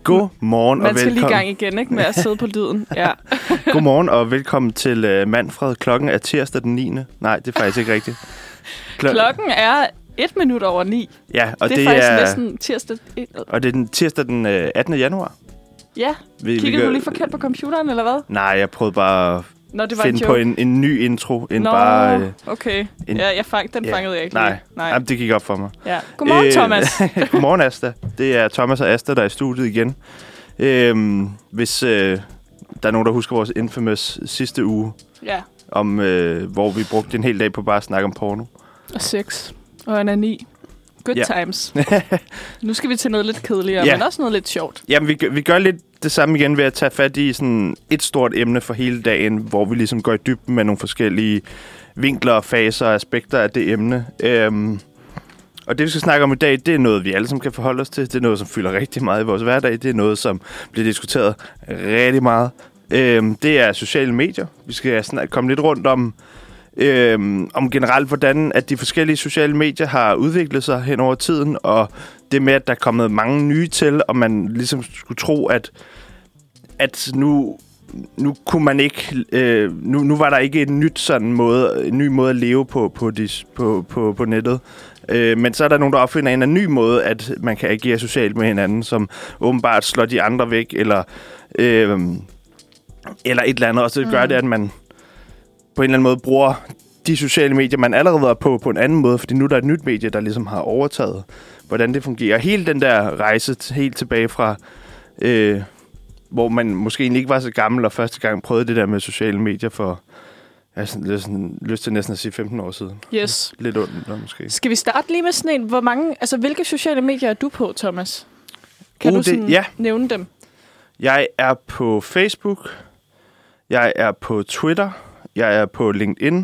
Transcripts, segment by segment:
Godmorgen og velkommen. Man skal lige gang igen, ikke? Med at sidde på lyden. Ja. Godmorgen og velkommen til Manfred. Klokken er tirsdag den 9. Nej, det er faktisk ikke rigtigt. Klokken er 9:01. Ja, og det er faktisk næsten tirsdag. Og det er den tirsdag den 18. januar. Ja. Kigger du lige forkert på computeren, eller hvad? Nej, jeg prøvede bare at finde på en ny intro. Okay. Den fangede jeg ikke. Nej. Jamen, det gik op for mig. Ja. Godmorgen, Thomas. Godmorgen, Asta. Det er Thomas og Asta, der er i studiet igen. Hvis der er nogen, der husker vores infamous sidste uge. Ja. Om, hvor vi brugte en hel dag på bare at snakke om porno. Og sex. Og anani. Good times. Nu skal vi til noget lidt kedeligere, men også noget lidt sjovt. Jamen, vi gør lidt det samme igen ved at tage fat i sådan et stort emne for hele dagen, hvor vi ligesom går i dybden med nogle forskellige vinkler, faser og aspekter af det emne. Og det, vi skal snakke om i dag, det er noget, vi alle sammen kan forholde os til. Det er noget, som fylder rigtig meget i vores hverdag. Det er noget, som bliver diskuteret rigtig meget. Det er sociale medier. Vi skal komme lidt rundt om generelt, hvordan at de forskellige sociale medier har udviklet sig hen over tiden, og det med, at der er kommet mange nye til, og man ligesom skulle tro, at nu kunne man ikke, nu var der ikke en ny måde at leve på nettet. Men så er der nogen, der opfinder en ny måde, at man kan agere socialt med hinanden, som åbenbart slår de andre væk, eller et eller andet, og så gør det, at man på en eller anden måde bruger de sociale medier, man allerede var på en anden måde, fordi nu er der et nyt medie, der ligesom har overtaget, hvordan det fungerer. Hele den der rejse helt tilbage fra, hvor man måske egentlig ikke var så gammel, og første gang prøvede det der med sociale medier for, jeg har lyst til næsten at sige 15 år siden. Yes. Lidt ondt, måske. Skal vi starte lige med sådan en, hvilke sociale medier er du på, Thomas? Kan du nævne dem? Jeg er på Facebook, jeg er på Twitter, jeg er på LinkedIn,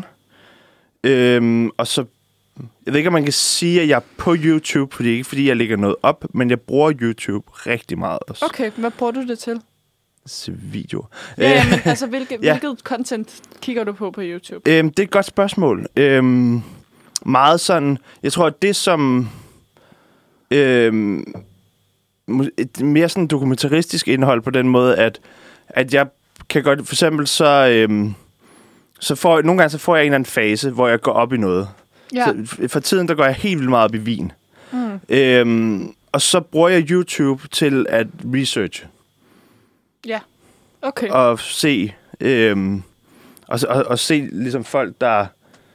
og så, jeg ved ikke, om man kan sige, at jeg er på YouTube, fordi ikke fordi jeg lægger noget op, men jeg bruger YouTube rigtig meget også. Okay, hvad bruger du det til? Video. Ja, men altså, hvilket content kigger du på YouTube? Det er et godt spørgsmål. Meget sådan, jeg tror, at det som et mere sådan dokumentaristisk indhold på den måde, at jeg kan godt, for eksempel nogle gange så får jeg en eller anden fase, hvor jeg går op i noget. Ja. Så for tiden, der går jeg helt vildt meget op i vin. Og så bruger jeg YouTube til at research. Ja, okay. Og se, og se ligesom folk, der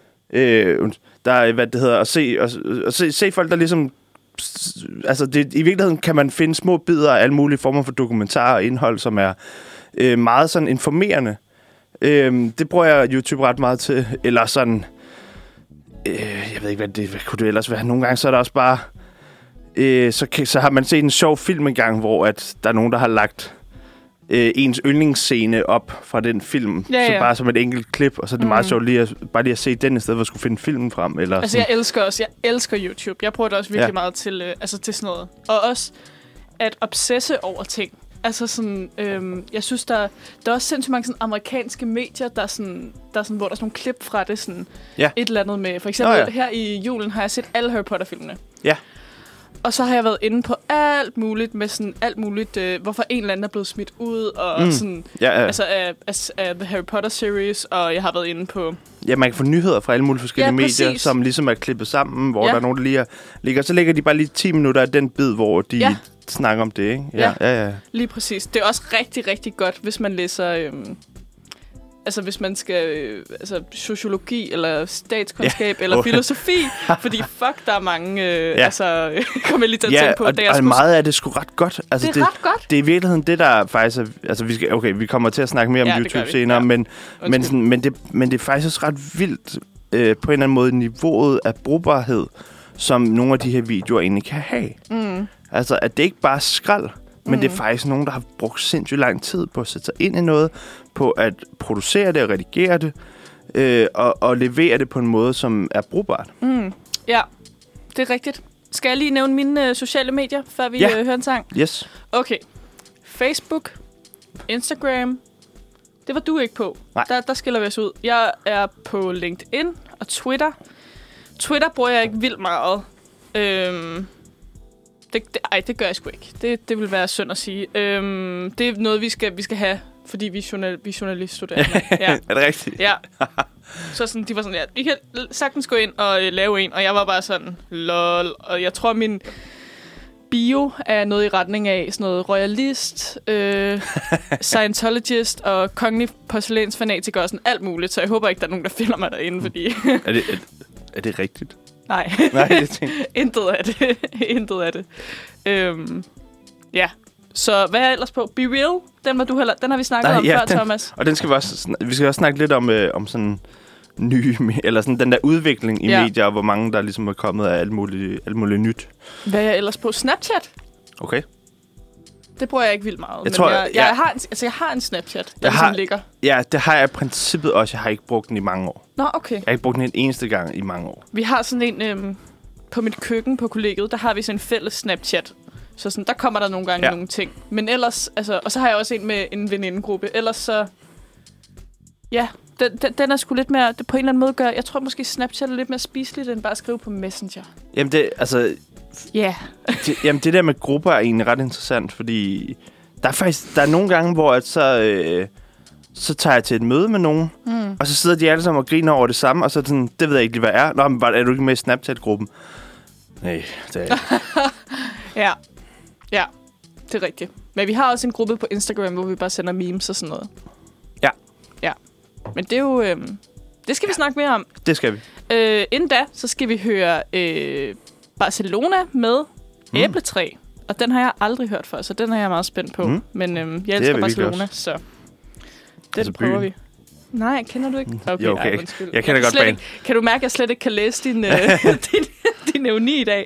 hvad det hedder, og se folk, der ligesom, altså i virkeligheden kan man finde små bidder af alle mulige former for dokumentarer og indhold, som er meget sådan informerende. Det bruger jeg YouTube ret meget til, eller sådan, jeg ved ikke, hvad kunne det ellers være. Nogle gange så er der også bare, så har man set en sjov film engang, hvor at der er nogen, der har lagt ens yndlingsscene op fra den film, så bare som et enkelt klip, og så er det meget sjovt lige at se den, i stedet for at skulle finde filmen frem. Eller altså, jeg elsker YouTube. Jeg bruger det også virkelig meget til sådan noget. Og også at obsesse over ting. Altså sådan, jeg synes, der er også sindssygt mange sådan amerikanske medier, der er sådan, hvor der er sådan nogle klip fra det, sådan et eller andet med. For eksempel her i julen har jeg set alle Harry Potter-filmene. Ja. Og så har jeg været inde på alt muligt, med sådan alt muligt, hvorfor en eller anden er blevet smidt ud, og sådan, altså af The Harry Potter series, og jeg har været inde på... Ja, man kan få nyheder fra alle mulige forskellige medier, som ligesom er klippet sammen, hvor der er nogen, der ligger, så lægger de bare lige 10 minutter af den bid, hvor de snakker om det, ikke? Ja. Lige præcis. Det er også rigtig, rigtig godt, hvis man læser... Altså, hvis man skal sociologi, eller statskundskab, eller filosofi. Fordi der er mange, kommer jeg lige til at tænke på. Og meget af det sgu ret godt. Altså, det er ret godt. Det er i virkeligheden det, der faktisk er... Altså, vi kommer til at snakke mere om YouTube senere, men det er faktisk også ret vildt, på en eller anden måde, niveauet af brugbarhed, som nogle af de her videoer egentlig kan have. Altså, at det ikke bare er skrald, men det er faktisk nogen, der har brugt sindssygt lang tid på at sætte sig ind i noget, på at producere det og redigere det, og levere det på en måde, som er brugbart. Ja, det er rigtigt. Skal jeg lige nævne mine sociale medier, før vi hører en sang? Yes. Okay. Facebook, Instagram. Det var du ikke på. Der skiller vi os ud. Jeg er på LinkedIn og Twitter. Twitter bruger jeg ikke vildt meget. Det gør jeg sgu ikke. Det vil være synd at sige. Det er noget, vi skal have, fordi vi er journaliststuderende. Ja. Er det rigtigt? Ja. Så sådan, de var sådan, ja, vi kan sagtens gå ind og lave en, og jeg var bare sådan, lol. Og jeg tror, min bio er noget i retning af sådan noget royalist, Scientologist og kongelig porcelænsfanatiker og sådan alt muligt. Så jeg håber ikke, der er nogen, der finder mig derinde, fordi... Er det rigtigt? Nej. Nej, det Intet af det. Intet af det. Ja. Så hvad er ellers på? Be Real? Den har vi snakket om før, Thomas. Og den skal vi skal også snakke lidt om sådan nye, eller sådan den der udvikling i medier, og hvor mange der ligesom er kommet af alt muligt nyt. Hvad er jeg ellers på? Snapchat? Okay. Det bruger jeg ikke vildt meget. Jeg har en Snapchat, der ligesom ligger. Ja, det har jeg i princippet også. Jeg har ikke brugt den i mange år. Nå, okay. Jeg har ikke brugt den en eneste gang i mange år. Vi har sådan en på mit køkken på kollegiet, der har vi sådan en fælles Snapchat. Så sådan, der kommer der nogle gange nogle ting. Men ellers, altså, og så har jeg også en med en venindegruppe. Ellers så, ja, den er sgu lidt mere, det på en eller anden måde gør, jeg tror måske Snapchat er lidt mere spiseligt, end bare at skrive på Messenger. Jamen det, altså... Ja. Jamen det der med grupper er egentlig ret interessant, fordi der er nogle gange, hvor at så tager jeg til et møde med nogen, og så sidder de alle sammen og griner over det samme, og så sådan, det ved jeg ikke lige, hvad er. Nå, men er du ikke med i Snapchat-gruppen? Nej, det er ikke. Ja, det er rigtigt. Men vi har også en gruppe på Instagram, hvor vi bare sender memes og sådan noget. Ja. Men det er jo... det skal vi snakke mere om. Det skal vi. Inden da, så skal vi høre Barcelona med Æbletræ. Og den har jeg aldrig hørt før, så den er jeg meget spændt på. Men jeg elsker Barcelona, så den prøver vi. Nej, kender du ikke? Okay, jo, okay. Jeg kender godt banen. Kan du mærke, at jeg slet ikke kan læse din neoni i dag?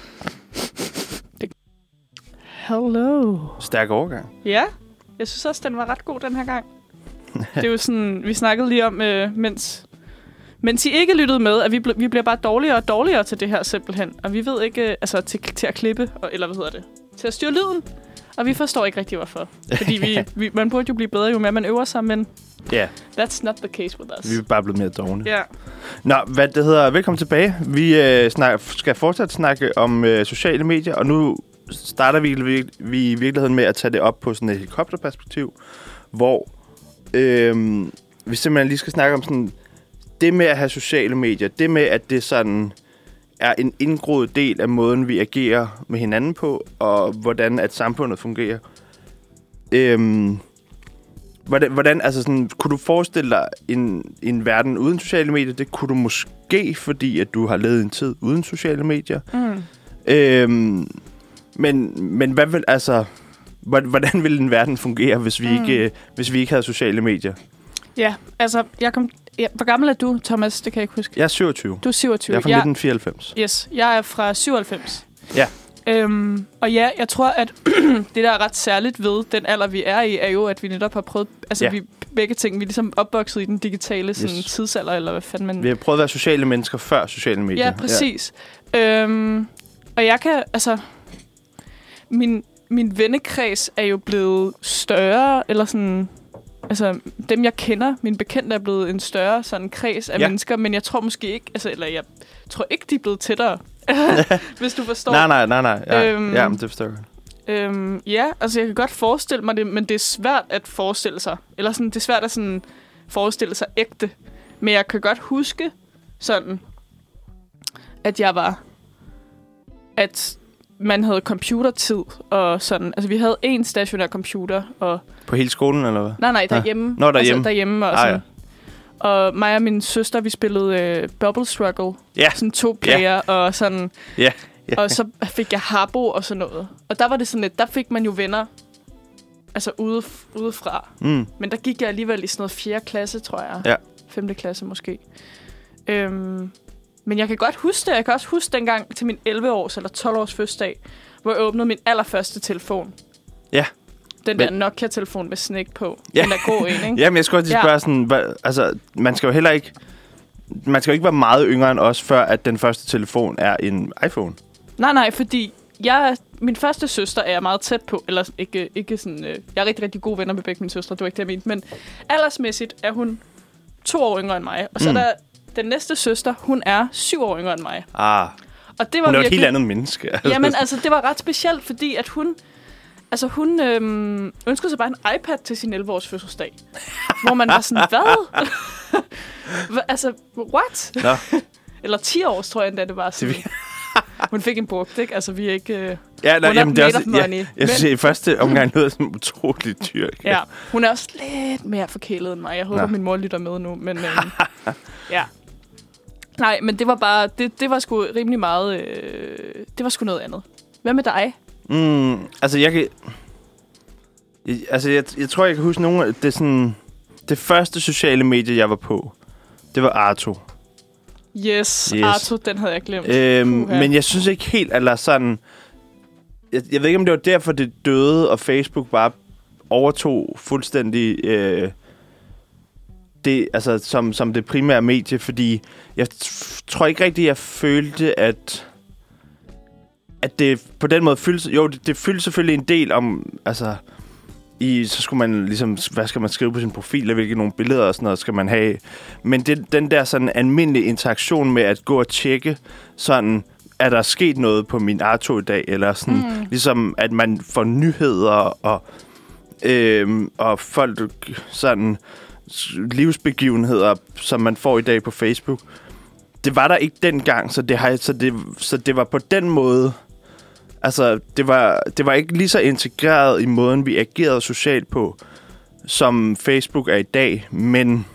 Hello. Stærk overgang. Ja, jeg synes også, den var ret god den her gang. Det er jo sådan, vi snakkede lige om, mens I ikke lyttede med, at vi bliver bare dårligere og dårligere til det her simpelthen. Og vi ved ikke, altså til at klippe, eller hvad hedder det, til at styre lyden. Og vi forstår ikke rigtig, hvorfor. Fordi man burde jo blive bedre, jo mere man øver sig, men that's not the case with us. Vi er bare blevet mere dovne. Ja. Nå, hvad det hedder, velkommen tilbage. Vi skal fortsat snakke om sociale medier, og nu starter vi i virkeligheden med at tage det op på sådan et helikopterperspektiv, hvor vi simpelthen lige skal snakke om sådan det med at have sociale medier, det med at det sådan er en indgroet del af måden, vi agerer med hinanden på, og hvordan at samfundet fungerer. Hvordan altså sådan, kunne du forestille dig en verden uden sociale medier? Det kunne du måske, fordi at du har levet en tid uden sociale medier. Men hvad vil altså... Hvordan ville en verden fungere, hvis vi ikke havde sociale medier? Ja, altså, hvor gammel er du, Thomas? Det kan jeg ikke huske. Jeg er 27. Du er 27. Jeg er fra 1994. Yes, jeg er fra 97. Ja. Og ja, jeg tror, at det, der er ret særligt ved den alder, vi er i, er jo, at vi netop har prøvet... Altså, vi begge ting, vi er ligesom opvokset i den digitale sådan, tidsalder, eller hvad fanden man... Vi har prøvet at være sociale mennesker før sociale medier. Ja, præcis. Ja. Og jeg kan... Altså... Min vennekreds er jo blevet større, eller sådan... Altså, dem jeg kender, mine bekendte er blevet en større sådan kreds af mennesker, men jeg tror måske ikke... Altså, eller jeg tror ikke, de er blevet tættere, hvis du forstår. Nej. Ja, men det forstår jeg. Ja, altså jeg kan godt forestille mig det, men det er svært at forestille sig. Eller sådan, det er svært at sådan forestille sig ægte. Men jeg kan godt huske sådan, at at man havde computertid og sådan. Altså vi havde en stationær computer og... På hele skolen, eller hvad? Nej, derhjemme. Nå, derhjemme. Altså derhjemme og sådan. Ja. Og mig og min søster, vi spillede Bubble Struggle. Ja. Sådan 2 player og sådan. Ja. Og så fik jeg Habbo og sådan noget. Og der var det sådan lidt, der fik man jo venner, altså udefra. Men der gik jeg alligevel i sådan noget 4. klasse, tror jeg. Ja. 5. klasse måske. Men jeg kan godt huske det. Jeg kan også huske dengang til min 11-års eller 12-års fødselsdag, hvor jeg åbnede min allerførste telefon. Ja. Den der Nokia-telefon med Snake på. Ja. Den der grå en, ikke? Jamen, jeg skal også spørge sådan, altså, man skal jo ikke være meget yngre end os, før at den første telefon er en iPhone. Nej, fordi min første søster er jeg meget tæt på, eller ikke sådan, jeg er rigtig, rigtig gode venner med begge mine søstre, det var ikke det, jeg mente, men aldersmæssigt er hun 2 år yngre end mig, og så er der den næste søster, hun er 7 år yngre end mig. Og det var hun er virkelig... et helt andet menneske. Altså. Jamen, altså, det var ret specielt, fordi at hun ønskede sig bare en iPad til sin 11-års fødselsdag. Hvor man var sådan, hvad? Altså, what? Nå. Eller 10 års, tror jeg endda, det var sådan. Hun fik en brugt, ikke? Altså, vi er ikke... Ja, nej, jamen, det er også... Money, jeg synes, i første omgang lyder sådan utroligt dyr. Ja, hun er også lidt mere forkælet end mig. Jeg håber, min mor lytter med nu, men... ja. Nej, men det var bare... Det var sgu rimelig meget... det var sgu noget andet. Hvad med dig? Altså, jeg tror, jeg kan huske nogle af det sådan... Det første sociale medie, jeg var på, det var Arto. Yes. Arto, den havde jeg glemt. Men jeg synes ikke helt, eller sådan... Jeg ved ikke, om det var derfor, det døde, og Facebook bare overtog fuldstændig det, altså, som det primære medie, fordi jeg tror ikke rigtigt, jeg følte, at det på den måde fyldte... Jo, det fyldte selvfølgelig en del om... Altså, så skulle man ligesom... Hvad skal man skrive på sin profil, og hvilke nogle billeder og sådan noget skal man have. Men den der sådan almindelige interaktion med at gå og tjekke sådan... Er der sket noget på min Arto i dag? Eller sådan, ligesom at man får nyheder og folk sådan livsbegivenheder, som man får i dag på Facebook. Det var der ikke dengang, så det var på den måde. Altså, det var ikke lige så integreret i måden, vi agerede socialt på, som Facebook er i dag. Men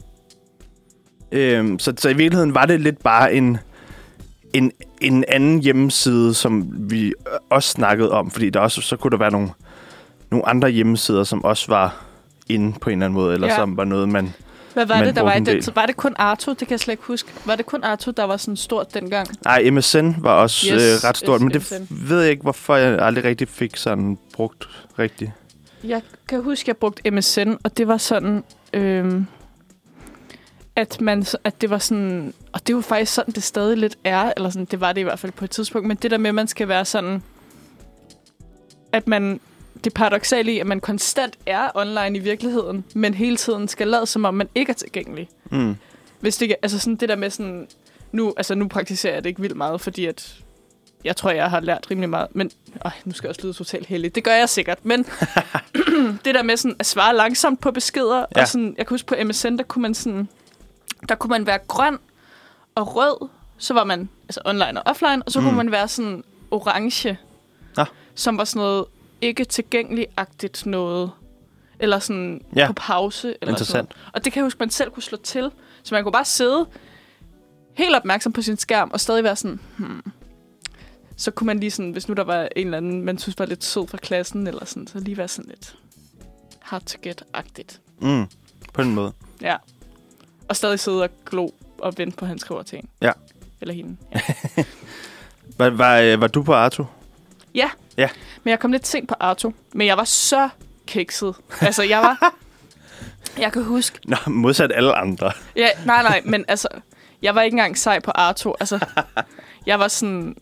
så i virkeligheden var det lidt bare en anden hjemmeside, som vi også snakkede om, fordi der også, så kunne der være nogle andre hjemmesider, som også var inde på en eller anden måde, eller som var noget, man... Hvad var det, der var i den? Så var det kun Arto? Det kan jeg slet ikke huske. Var det kun Arto, der var sådan stort dengang? Nej, MSN var også ret stort, men det ved jeg ikke, hvorfor jeg aldrig rigtig fik sådan brugt rigtigt. Jeg kan huske, jeg brugte MSN, og det var sådan... at det var sådan... Og det er jo faktisk sådan, det stadig lidt er, eller sådan, det var det i hvert fald på et tidspunkt, men det der med, at man skal være sådan... At man... Det er paradoksalt i, at man konstant er online i virkeligheden, men hele tiden skal lade, som om man ikke er tilgængelig. Hvis det, altså sådan det der med sådan... Nu praktiserer jeg det ikke vildt meget, fordi at... Jeg tror, jeg har lært rimelig meget, men... nu skal jeg også lyde totalt heldig. Det gør jeg sikkert, men... det der med sådan at svare langsomt på beskeder, og sådan... Jeg kan huske på MSN, der kunne man være grøn og rød, så var man altså online og offline, og så kunne man være sådan orange, som var sådan noget ikke tilgængeligt-agtigt noget, eller sådan på pause. Eller sådan. Og det kan jeg huske, man selv kunne slå til, så man kunne bare sidde helt opmærksom på sin skærm, og stadig være sådan, så kunne man lige sådan, hvis nu der var en eller anden, man synes var lidt sød fra klassen, eller sådan, så lige være sådan lidt hard to get-agtigt. På den måde. Ja. Og stadig sidde og glo og vente på, at han skriver til en. Ja. Eller hende. Ja. Var du på Arto? Ja. Men jeg kom lidt sent på Arto. Men jeg var så kikset. Altså, jeg kan huske... Nå, modsat alle andre. Ja, nej, men altså... Jeg var ikke engang sej på Arto. Altså, jeg var sådan...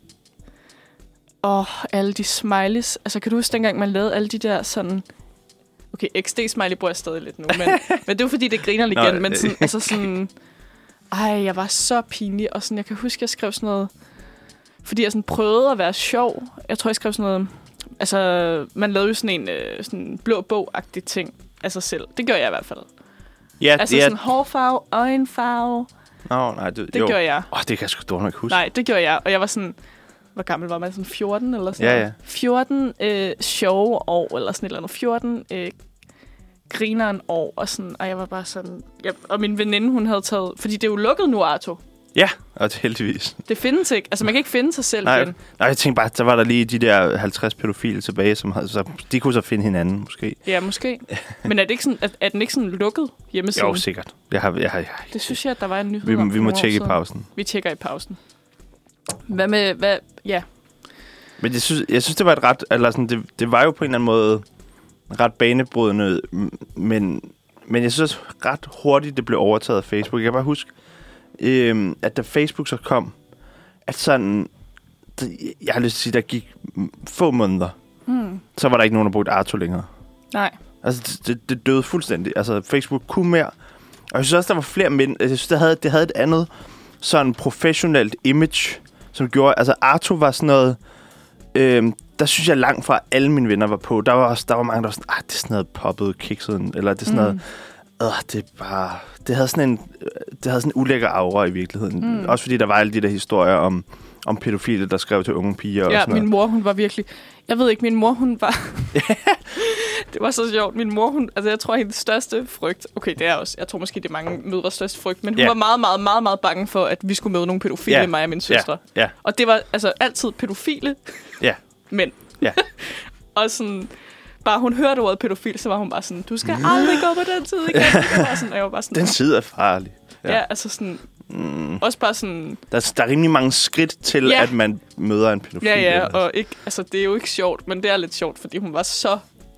alle de smileys. Altså, kan du huske dengang, man lavede alle de der sådan... Okay, XD-smiley bruger jeg stadig lidt nu, men det er jo fordi, det griner lidt igen. Men sådan, altså sådan... jeg var så pinlig. Og sådan, jeg kan huske, jeg skrev sådan noget... Fordi jeg sådan prøvede at være sjov. Jeg tror, jeg skrev sådan noget... Altså, man lavede jo sådan en sådan blå bog-agtig ting af sig selv. Det gjorde jeg i hvert fald. Ja, altså sådan hårfarve, øjenfarve. Nej, det gjorde jeg. Det kan jeg sgu dårligt nok huske. Nej, det gjorde jeg. Og jeg var sådan... Hvor gammel var man? Sådan 14 eller sådan noget? 14 sjove år, eller sådan et eller andet. 14 grineren år, og sådan... Og jeg var bare sådan... og min veninde, hun havde taget... Fordi det er jo lukket nu, Arto. Ja, og det heldigvis. Det findes ikke. Altså, man kan ikke finde sig selv igen. Nej, jeg tænkte bare, der var der lige de der 50 pædofile tilbage, som så de kunne så finde hinanden, måske. Ja, måske. Men er det ikke sådan, er den ikke sådan lukket hjemmesiden? Jo, sikkert. Jeg har. Det synes jeg, at der var en nyhed om. Vi må tjekke i pausen. Vi tjekker i pausen. Hvad med... Ja. Men jeg synes, det var et ret... Eller sådan, det var jo på en eller anden måde ret banebrydende, men jeg synes ret hurtigt, det blev overtaget af Facebook. Jeg kan bare huske, at da Facebook så kom, at sådan... Jeg har lyst til at sige, der gik få måneder. Så var der ikke nogen, der brugte Arto længere. Nej. Altså, det døde fuldstændig. Altså, Facebook kunne mere. Og jeg synes også, der var flere mænd. Jeg synes, det havde et andet sådan professionelt image, som gjorde... Altså, Arto var sådan noget... der synes jeg langt fra, alle mine venner var på. Der var mange, der var sådan, det er sådan noget poppet kikset, eller det er sådan noget... det er bare... Det havde sådan en ulækker aura i virkeligheden. Også fordi der var alle de der historier om pædofile, der skrev til unge piger og sådan noget. Min mor, hun var virkelig... Jeg ved ikke, min mor, hun var... Det var så sjovt. Min mor, hun... Altså, jeg tror, hendes største frygt... Okay, det er også... Jeg tror måske, det er mange mødres største frygt. Men hun var meget, meget, meget, meget bange for, at vi skulle møde nogle pædofile, mig og min søstre. Ja. Og det var altså altid pædofile mænd. Ja. Og sådan... Bare hun hørte ordet pædofil, så var hun bare sådan, du skal aldrig gå på den tid igen. Og jeg var bare sådan, den side er farlig. Ja, altså sådan... Også bare sådan... Der er rimelig mange skridt til, at man møder en pædofil. Ja, og ikke, altså, det er jo ikke sjovt, men det er lidt sjovt, fordi hun var så...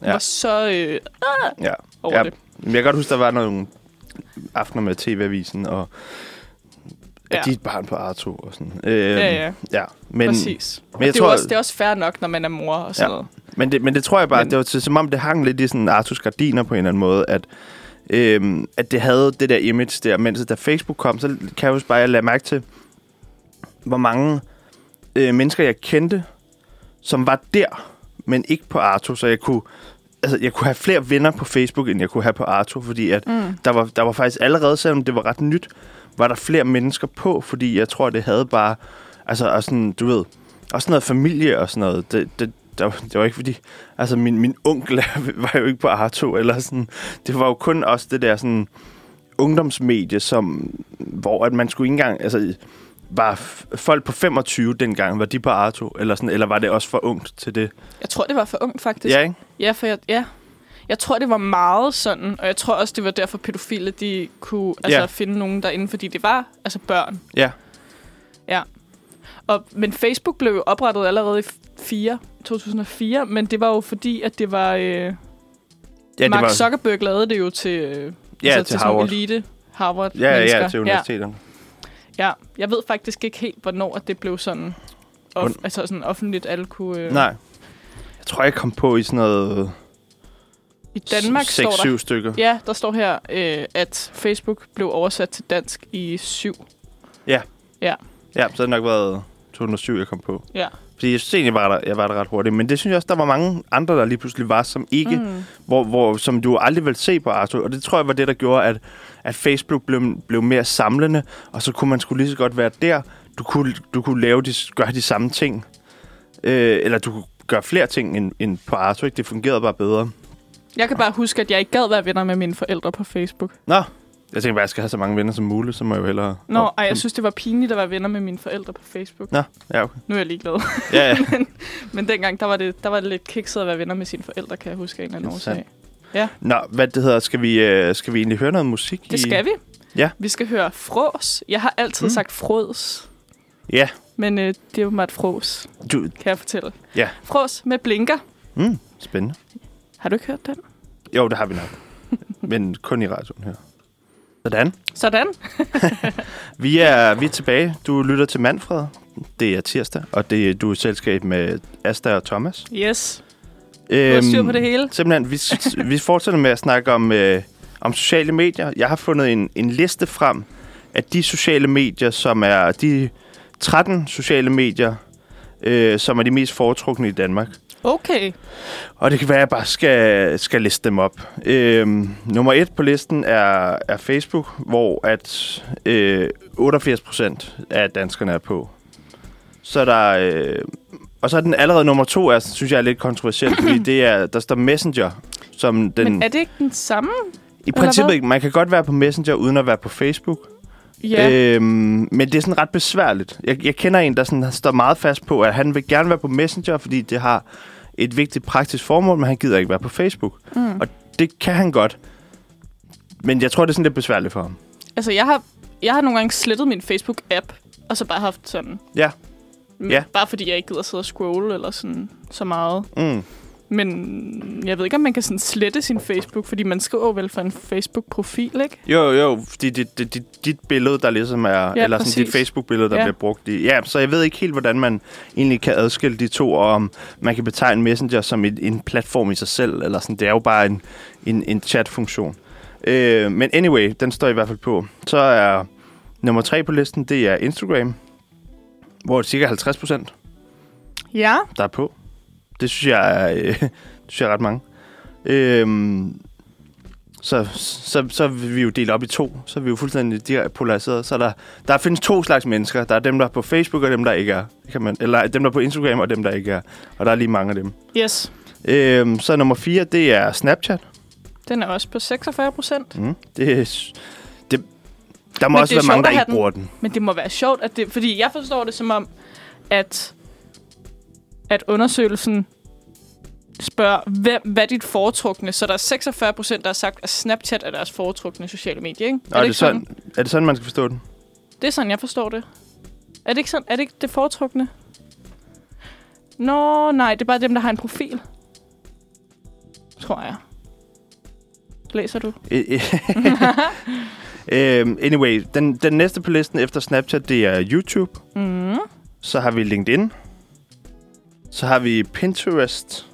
over det. Men jeg kan godt huske, der var nogle aftener med TV-avisen, og at dit barn på Arto og sådan. Ja, men, præcis. Men det er også fair nok, når man er mor og sådan noget. Men det tror jeg bare, det var som om det hang lidt i sådan Artos gardiner på en eller anden måde, at det havde det der image der. Mens da Facebook kom, så kan jeg huske bare, at jeg lagde mærke til, hvor mange mennesker jeg kendte, som var der, men ikke på Arto. Så jeg kunne have flere venner på Facebook, end jeg kunne have på Arto, fordi at der var faktisk allerede, selvom det var ret nyt, var der flere mennesker på, fordi jeg tror, det havde bare, altså og sådan, du ved, også noget familie og sådan noget. Det var ikke fordi, altså min onkel var jo ikke på Arto, eller sådan. Det var jo kun også det der sådan ungdomsmedie, hvor at man skulle ikke engang, altså var folk på 25 dengang, var de på Arto, eller sådan, eller var det også for ungt til det? Jeg tror, det var for ungt, faktisk. Ja, ikke? Ja, for jeg tror, det var meget sådan, og jeg tror også, det var derfor pædofile, de kunne finde nogen derinde, fordi det var altså børn. Ja. Ja. Men Facebook blev jo oprettet allerede i 2004, men det var jo fordi, at det var... Mark Zuckerberg lavede det jo til til Harvard. Elite Harvard-mennesker. Ja, til universiteterne. Ja, jeg ved faktisk ikke helt, hvornår det blev sådan, sådan offentligt, alle kunne... Nej, jeg tror, jeg kom på i sådan noget... I Danmark 6-7 stykker. Ja, der står her, at Facebook blev oversat til dansk i 7. Ja. Ja, så har det nok været 2007, jeg kom på. Ja. Fordi jeg synes egentlig, jeg var der ret hurtigt. Men det synes jeg også, der var mange andre, der lige pludselig var, som ikke... som du aldrig ville se på Arto. Og det tror jeg var det, der gjorde, at Facebook blev mere samlende. Og så kunne man sgu lige så godt være der. Du kunne gøre de samme ting. Eller du kunne gøre flere ting end på Arto. Ikke? Det fungerede bare bedre. Jeg kan bare huske, at jeg ikke gad være venner med mine forældre på Facebook. Nå, jeg tænker bare, at jeg skal have så mange venner som muligt, så må jeg jo hellere... Jeg synes, det var pinligt at være venner med mine forældre på Facebook. Nå, ja, okay. Nu er jeg ligeglad. Ja. men dengang, der var det lidt kikset at være venner med sine forældre, kan jeg huske en eller anden årsag. Ja. Nå, hvad det hedder, skal vi egentlig høre noget musik? Det skal vi. Ja. Vi skal høre Frås. Jeg har altid sagt Frøds. Ja. Men det er jo meget Frås, kan jeg fortælle. Ja. Frås med blinker. Spændende. Har du ikke hørt den? Jo, det har vi nok. Men kun i radioen her. Sådan. Vi er tilbage. Du lytter til Manfred. Det er tirsdag, og du er i selskab med Asta og Thomas. Yes. Du har styr på det hele. Simpelthen, vi fortsætter med at snakke om sociale medier. Jeg har fundet en liste frem af de sociale medier, som er de 13 sociale medier, som er de mest foretrukne i Danmark. Okay. Og det kan være, at jeg bare skal liste dem op. Nummer 1 på listen er Facebook, hvor at 88% af danskerne er på. Så er der... og så er den allerede nummer 2, synes jeg er lidt kontroversielt, fordi der står Messenger som den... Men er det ikke den samme? I princippet ikke. Man kan godt være på Messenger, uden at være på Facebook. Yeah. Men det er sådan ret besværligt. Jeg kender en, der sådan står meget fast på, at han vil gerne være på Messenger, fordi det har et vigtigt praktisk formål, men han gider ikke være på Facebook. Og det kan han godt. Men jeg tror, det er sådan lidt besværligt for ham. Altså, jeg har nogle gange slettet min Facebook-app, og så bare haft sådan... Ja. Bare fordi jeg ikke gider sidde og scrolle eller sådan så meget. Men jeg ved ikke, om man kan sådan slette sin Facebook, fordi man skriver vel for en Facebook-profil, ikke? Jo, fordi det dit billede, der ligesom er... eller sådan dit Facebook-billede, der bliver brugt i... Ja, så jeg ved ikke helt, hvordan man egentlig kan adskille de to, og om man kan betegne Messenger som en platform i sig selv, eller sådan. Det er jo bare en chat-funktion. Men anyway, den står i hvert fald på. Så er nummer 3 på listen, det er Instagram. hvor det cirka 50%, Ja. der er på. Det synes jeg er ret mange. Så vil vi jo dele op i to. Så er vi jo fuldstændig polariseret. Så der findes 2 slags mennesker. Der er dem, der er på Facebook, og dem, der ikke er. Eller dem, der er på Instagram, og dem, der ikke er. Og der er lige mange af dem. Yes. Så nummer 4, det er Snapchat. Den er også på 46%. Der må også være mange, der ikke bruger den. Men det må være sjovt, at det, fordi jeg forstår det som om, at undersøgelsen spørger, hvad er dit foretrukne? Så der er 46%, der har sagt, at Snapchat er deres foretrukne sociale medie, ikke? Er det sådan, man skal forstå den? Det er sådan, jeg forstår det. Er det ikke sådan? Er det ikke det foretrukne? Nå, nej, det er bare dem, der har en profil. Tror jeg. Læser du? Anyway, den næste på listen efter Snapchat, det er YouTube. Mm. Så har vi LinkedIn. Så har vi Pinterest.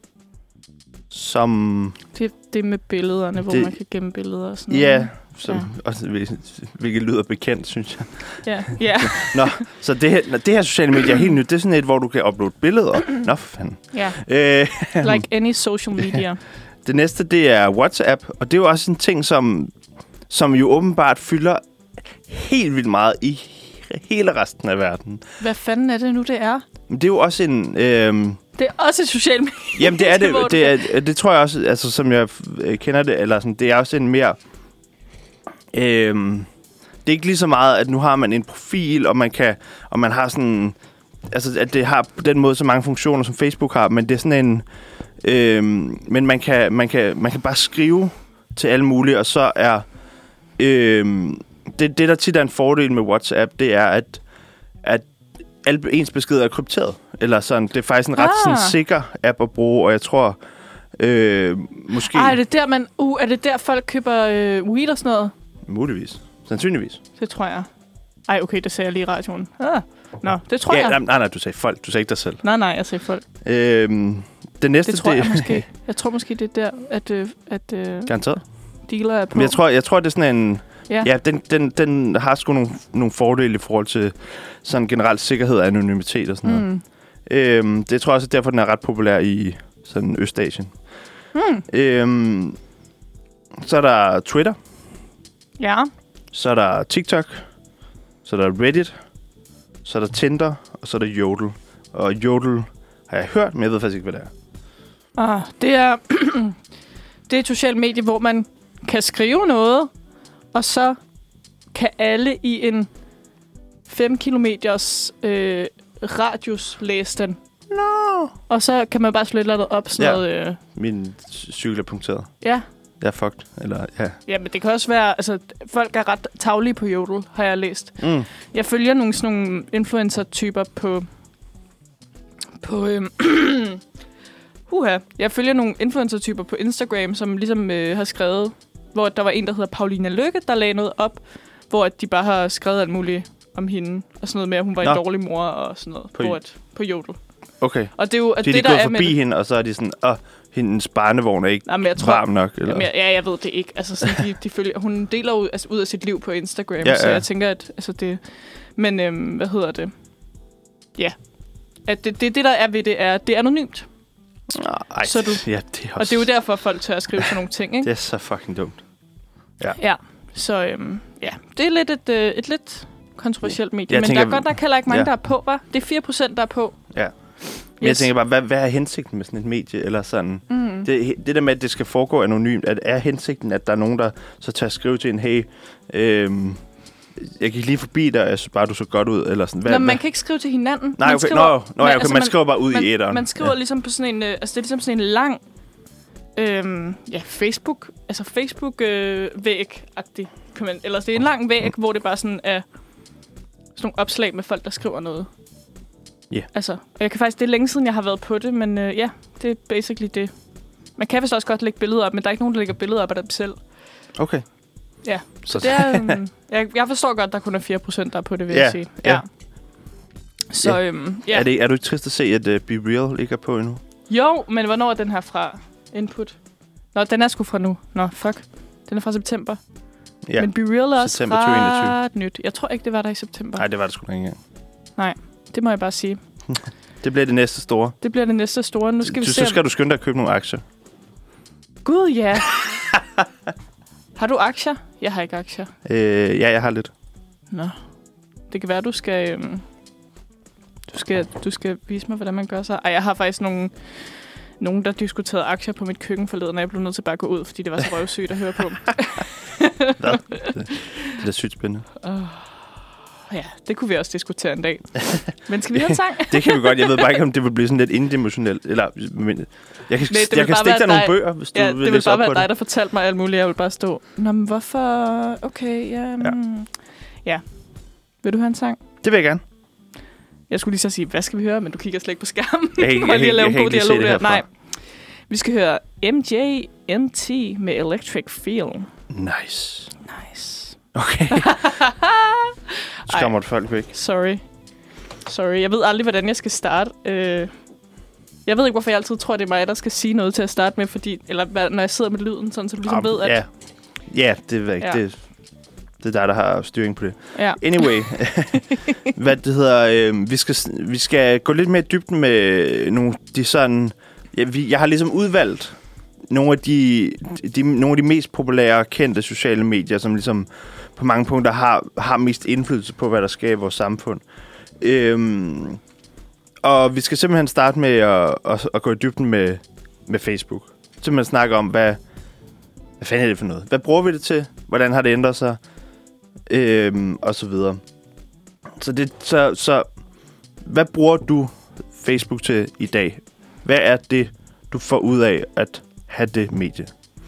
Som... Det med billederne, hvor man kan gemme billeder og sådan noget. Ja, også, hvilket lyder bekendt, synes jeg. Ja. Nå, så det her sociale medier er helt nyt. Det er sådan et, hvor du kan uploade billeder. Nå, for fanden. Ja. Like any social media. Det næste, det er WhatsApp. Og det er jo også en ting, som jo åbenbart fylder helt vildt meget i hele resten af verden. Hvad fanden er det nu, det er? Det er jo også en... Det er også et socialt medie. Jamen, det er det. Det tror jeg også, altså, som jeg kender det, eller sådan, det er også en mere... det er ikke lige så meget, at nu har man en profil, og man har sådan... Altså, at det har på den måde så mange funktioner, som Facebook har, men det er sådan en... men man kan bare skrive til alle mulige, og så er... Det, der tit er en fordel med WhatsApp, det er, at alle ens beskeder er krypteret. Eller sådan. Det er faktisk en ret sådan, sikker app at bruge, og jeg tror, måske... Er det der, folk køber weed og sådan noget? Muligvis. Sandsynligvis. Det tror jeg. Ej, okay, det sagde jeg lige i radioen. Nå, det tror jeg. Nej, du sagde folk. Du sagde ikke dig selv. Nej, jeg sagde folk. Det næste, det tror jeg måske. Jeg tror måske, det er der, at garanteret. Dealer er på. Men jeg tror, det er sådan en... Ja, den har sgu nogle fordele i forhold til sådan generelt sikkerhed og anonymitet og sådan noget. Det tror jeg også, derfor den er ret populær i sådan Østasien. Så er der Twitter. Ja. Så er der TikTok. Så er der Reddit. Så er der Tinder. Og så er der Jodel. Og Jodel har jeg hørt, men jeg ved faktisk ikke, hvad det er. Det er det er et socialt medie, hvor man kan skrive noget, og så kan alle i en 5 kilometers radius læse den. No. Og så kan man bare slå et eller andet op. Sådan noget, min cykel er punkteret. Ja. Jeg er fucked. Eller, ja. Ja, men det kan også være... Altså, folk er ret taglige på Jodel, har jeg læst. Jeg følger nogle influencer-typer på Jeg følger nogle influencer-typer på Instagram, som ligesom har skrevet... Hvor der var en, der hedder Paulina Lykke, der lagde noget op, hvor de bare har skrevet alt muligt om hende. Og sådan noget med, at hun var en dårlig mor og sådan noget. På Jodel. Okay. Og det er jo... At de det, er gået forbi hende, og så er de sådan... hendes barnevogn er ikke varm nok? Eller? Jamen, jeg ved det ikke. Altså, sådan, de følger, hun deler ud af sit liv på Instagram, så jeg tænker, at altså, det... Men hvad hedder det? Ja. At det der er ved det, er det er anonymt. Ej, så det er også... Og det er jo derfor, folk tør at skrive sådan nogle ting, ikke? Det er så fucking dumt. Ja. Så det er lidt et lidt kontroversielt medie. Men der er godt nok heller ikke mange, der er på, hva'? Det er 4%, der er på. Ja. Men jeg tænker bare, hvad er hensigten med sådan et medie? Eller sådan? Det der med, at det skal foregå anonymt, er hensigten, at der er nogen, der så tager skrive til en, hey, jeg gik lige forbi dig, jeg synes bare, du så godt ud, eller sådan. Man kan ikke skrive til hinanden. Nej, okay. Man skriver bare ud i æteren. Man skriver ligesom på sådan en, altså det er ligesom sådan en lang, Facebook, altså Facebook-væg-agtig. Eller det er en lang væg, hvor det bare sådan er sådan nogle opslag med folk, der skriver noget. Ja. Yeah. Altså, det er længe siden, jeg har været på det, men det er basically det. Man kan vist også godt lægge billeder op, men der er ikke nogen, der lægger billeder op af dem selv. Okay. Ja, så det er... jeg forstår godt, der kun er 4%, der er på det, vil jeg sige. Ja. Så, Er du ikke trist at se, at Be Real ikke er på endnu? Jo, men hvornår er den her fra Input? Nå, den er sgu fra nu. Nå, fuck. Den er fra september. Ja. Men Be Real er også fra nyt. Jeg tror ikke, det var der i september. Nej, det var det sgu da ikke engang. Nej. Det må jeg bare sige. Det bliver det næste store. Det bliver det næste store. Nu skal vi se. Så skal du skynde dig at købe nogle aktier. Gud, ja. Har du aktier? Jeg har ikke aktier. Ja, jeg har lidt. Nå. Det kan være, du skal vise mig, hvordan man gør så. Ej, jeg har faktisk nogen, der diskuterede aktier på mit køkken forleden, og jeg blev nødt til bare at gå ud, fordi det var så røvsygt at høre på. Det er sygt spændende. Ja, det kunne vi også diskutere en dag. Men skal vi høre en sang? Det kan vi godt. Jeg ved bare ikke, om det vil blive sådan lidt indimensionelt. Eller, jeg kan stikke dig nogle bøger, hvis du vil læse op på det. Det vil bare være dig, der fortalte mig alt muligt. Jeg vil bare stå, nå, men hvorfor? Okay, ja. Vil du høre en sang? Det vil jeg gerne. Jeg skulle lige så sige, hvad skal vi høre? Men du kigger slet ikke på skærmen. Jeg kan ikke se det herfra. Nej. Vi skal høre MJMT med Electric Feel. Nice. Okay. Skammer folk væk. Sorry. Jeg ved aldrig, hvordan jeg skal starte. Jeg ved ikke, hvorfor jeg altid tror, det er mig, der skal sige noget til at starte med, fordi, eller når jeg sidder med lyden, sådan, så du ligesom ved, at... Ja, det ved jeg ikke. Det er dig, der har styring på det. Ja. Anyway. Hvad det hedder... Vi skal gå lidt mere i dybden med nogle de sådan... Jeg har ligesom udvalgt nogle af de mest populære, kendte sociale medier, som ligesom på mange punkter har mest indflydelse på, hvad der sker i vores samfund. Og vi skal simpelthen starte med at gå i dybden med Facebook. Simpelthen snakke om, hvad fanden er det for noget? Hvad bruger vi det til? Hvordan har det ændret sig? Og så videre. Så hvad bruger du Facebook til i dag? Hvad er det, du får ud af at have det medie?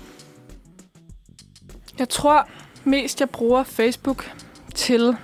Jeg tror mest, jeg bruger Facebook til...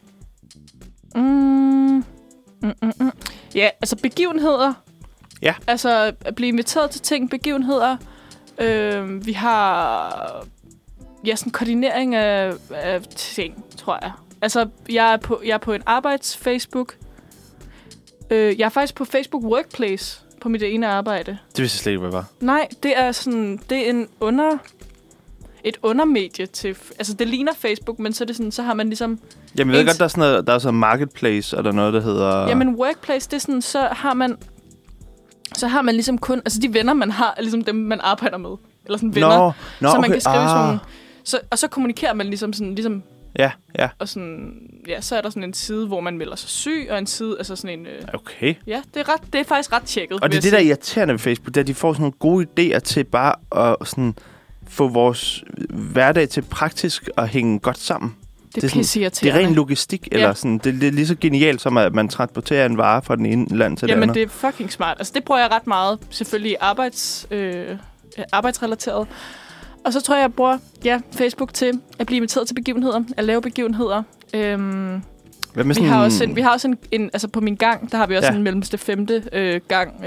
Ja, altså begivenheder. Ja. Altså at blive inviteret til ting, begivenheder. Vi har... Ja, sådan koordinering af ting, tror jeg. Altså, jeg er på en arbejds-Facebook. Jeg er faktisk på Facebook Workplace på mit ene arbejde. Det vidste jeg slet ikke, hvad det var. Nej, det er en et undermedie til... Altså, det ligner Facebook, men så er det sådan, så har man ligesom... Jamen, jeg ved godt, der er sådan noget, der er sådan Marketplace, og der er noget, der hedder... Jamen, Workplace, det er sådan, så har man ligesom kun... Altså, de venner, man har, er ligesom dem, man arbejder med. Eller sådan venner. Så man kan skrive sådan... Og så kommunikerer man ligesom... Ja. Og sådan... Ja, så er der sådan en side, hvor man melder sig syg, og en side... Altså sådan en... Okay. Ja, det er faktisk ret tjekket. Og det er det, der er irriterende ved Facebook, det er, at de får sådan nogle gode idéer til bare at sådan... få vores hverdag til praktisk at hænge godt sammen. Det er det er ren logistik, eller sådan. Det er lige så genialt, som at man transporterer en vare fra den ene land til det andet. Jamen, det er fucking smart. Altså, det bruger jeg ret meget. Selvfølgelig arbejdsrelateret. Og så tror jeg bruger Facebook til at blive inviteret til begivenheder, at lave begivenheder. Vi har også en altså på min gang, der har vi også en mellemste femte gang,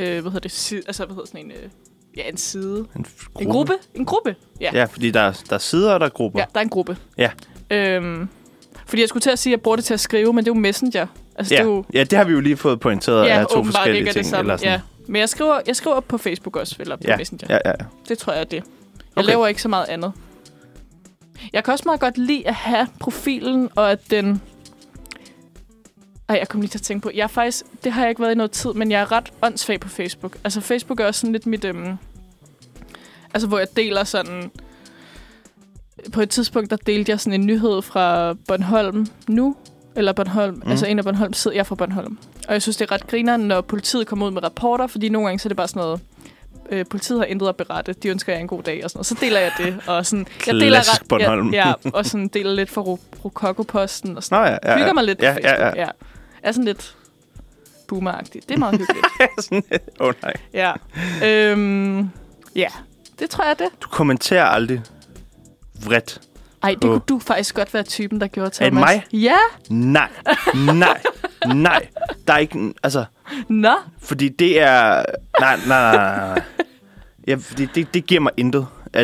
en side. En gruppe. Ja. Ja, fordi der er sider, og der er grupper. Ja, der er en gruppe. Ja. Fordi jeg skulle til at sige, at jeg bruger det til at skrive, men det er jo Messenger. Altså, det er jo... Ja, det har vi jo lige fået pointeret af to forskellige ting. Eller sådan. Ja, men jeg skriver på Facebook også, eller på Messenger. Ja. Det tror jeg er det. Jeg laver ikke så meget andet. Jeg kan også meget godt lide at have profilen, og at den... jeg kom lige til at tænke på... det har jeg ikke været i noget tid, men jeg er ret åndssvag på Facebook. Altså, Facebook er også sådan lidt mit... altså, hvor jeg deler sådan... På et tidspunkt, der delte jeg sådan en nyhed fra Bornholm nu. Eller Bornholm. Altså, en af Bornholm sidder jeg fra Bornholm. Og jeg synes, det er ret grinerende, når politiet kommer ud med rapporter, fordi nogle gange så er det bare sådan noget... politiet har intet at berette. De ønsker jer en god dag og sådan noget. Så deler jeg det. Og sådan, jeg deler Bornholm. Ja, og sådan deler lidt for Rokoko-posten og sådan. Hygger mig lidt på Facebook. Ja. Er sådan lidt boomeragtigt. Det er meget hyggeligt. Nej. Ja. Ja, det tror jeg det. Du kommenterer aldrig vredt. Ej, det kunne du faktisk godt være typen, der gjorde, Thomas. Er det mig? Ja. Nej. Der er ikke... Altså... Nå? Fordi det er... Nej. Ja, fordi det giver mig intet.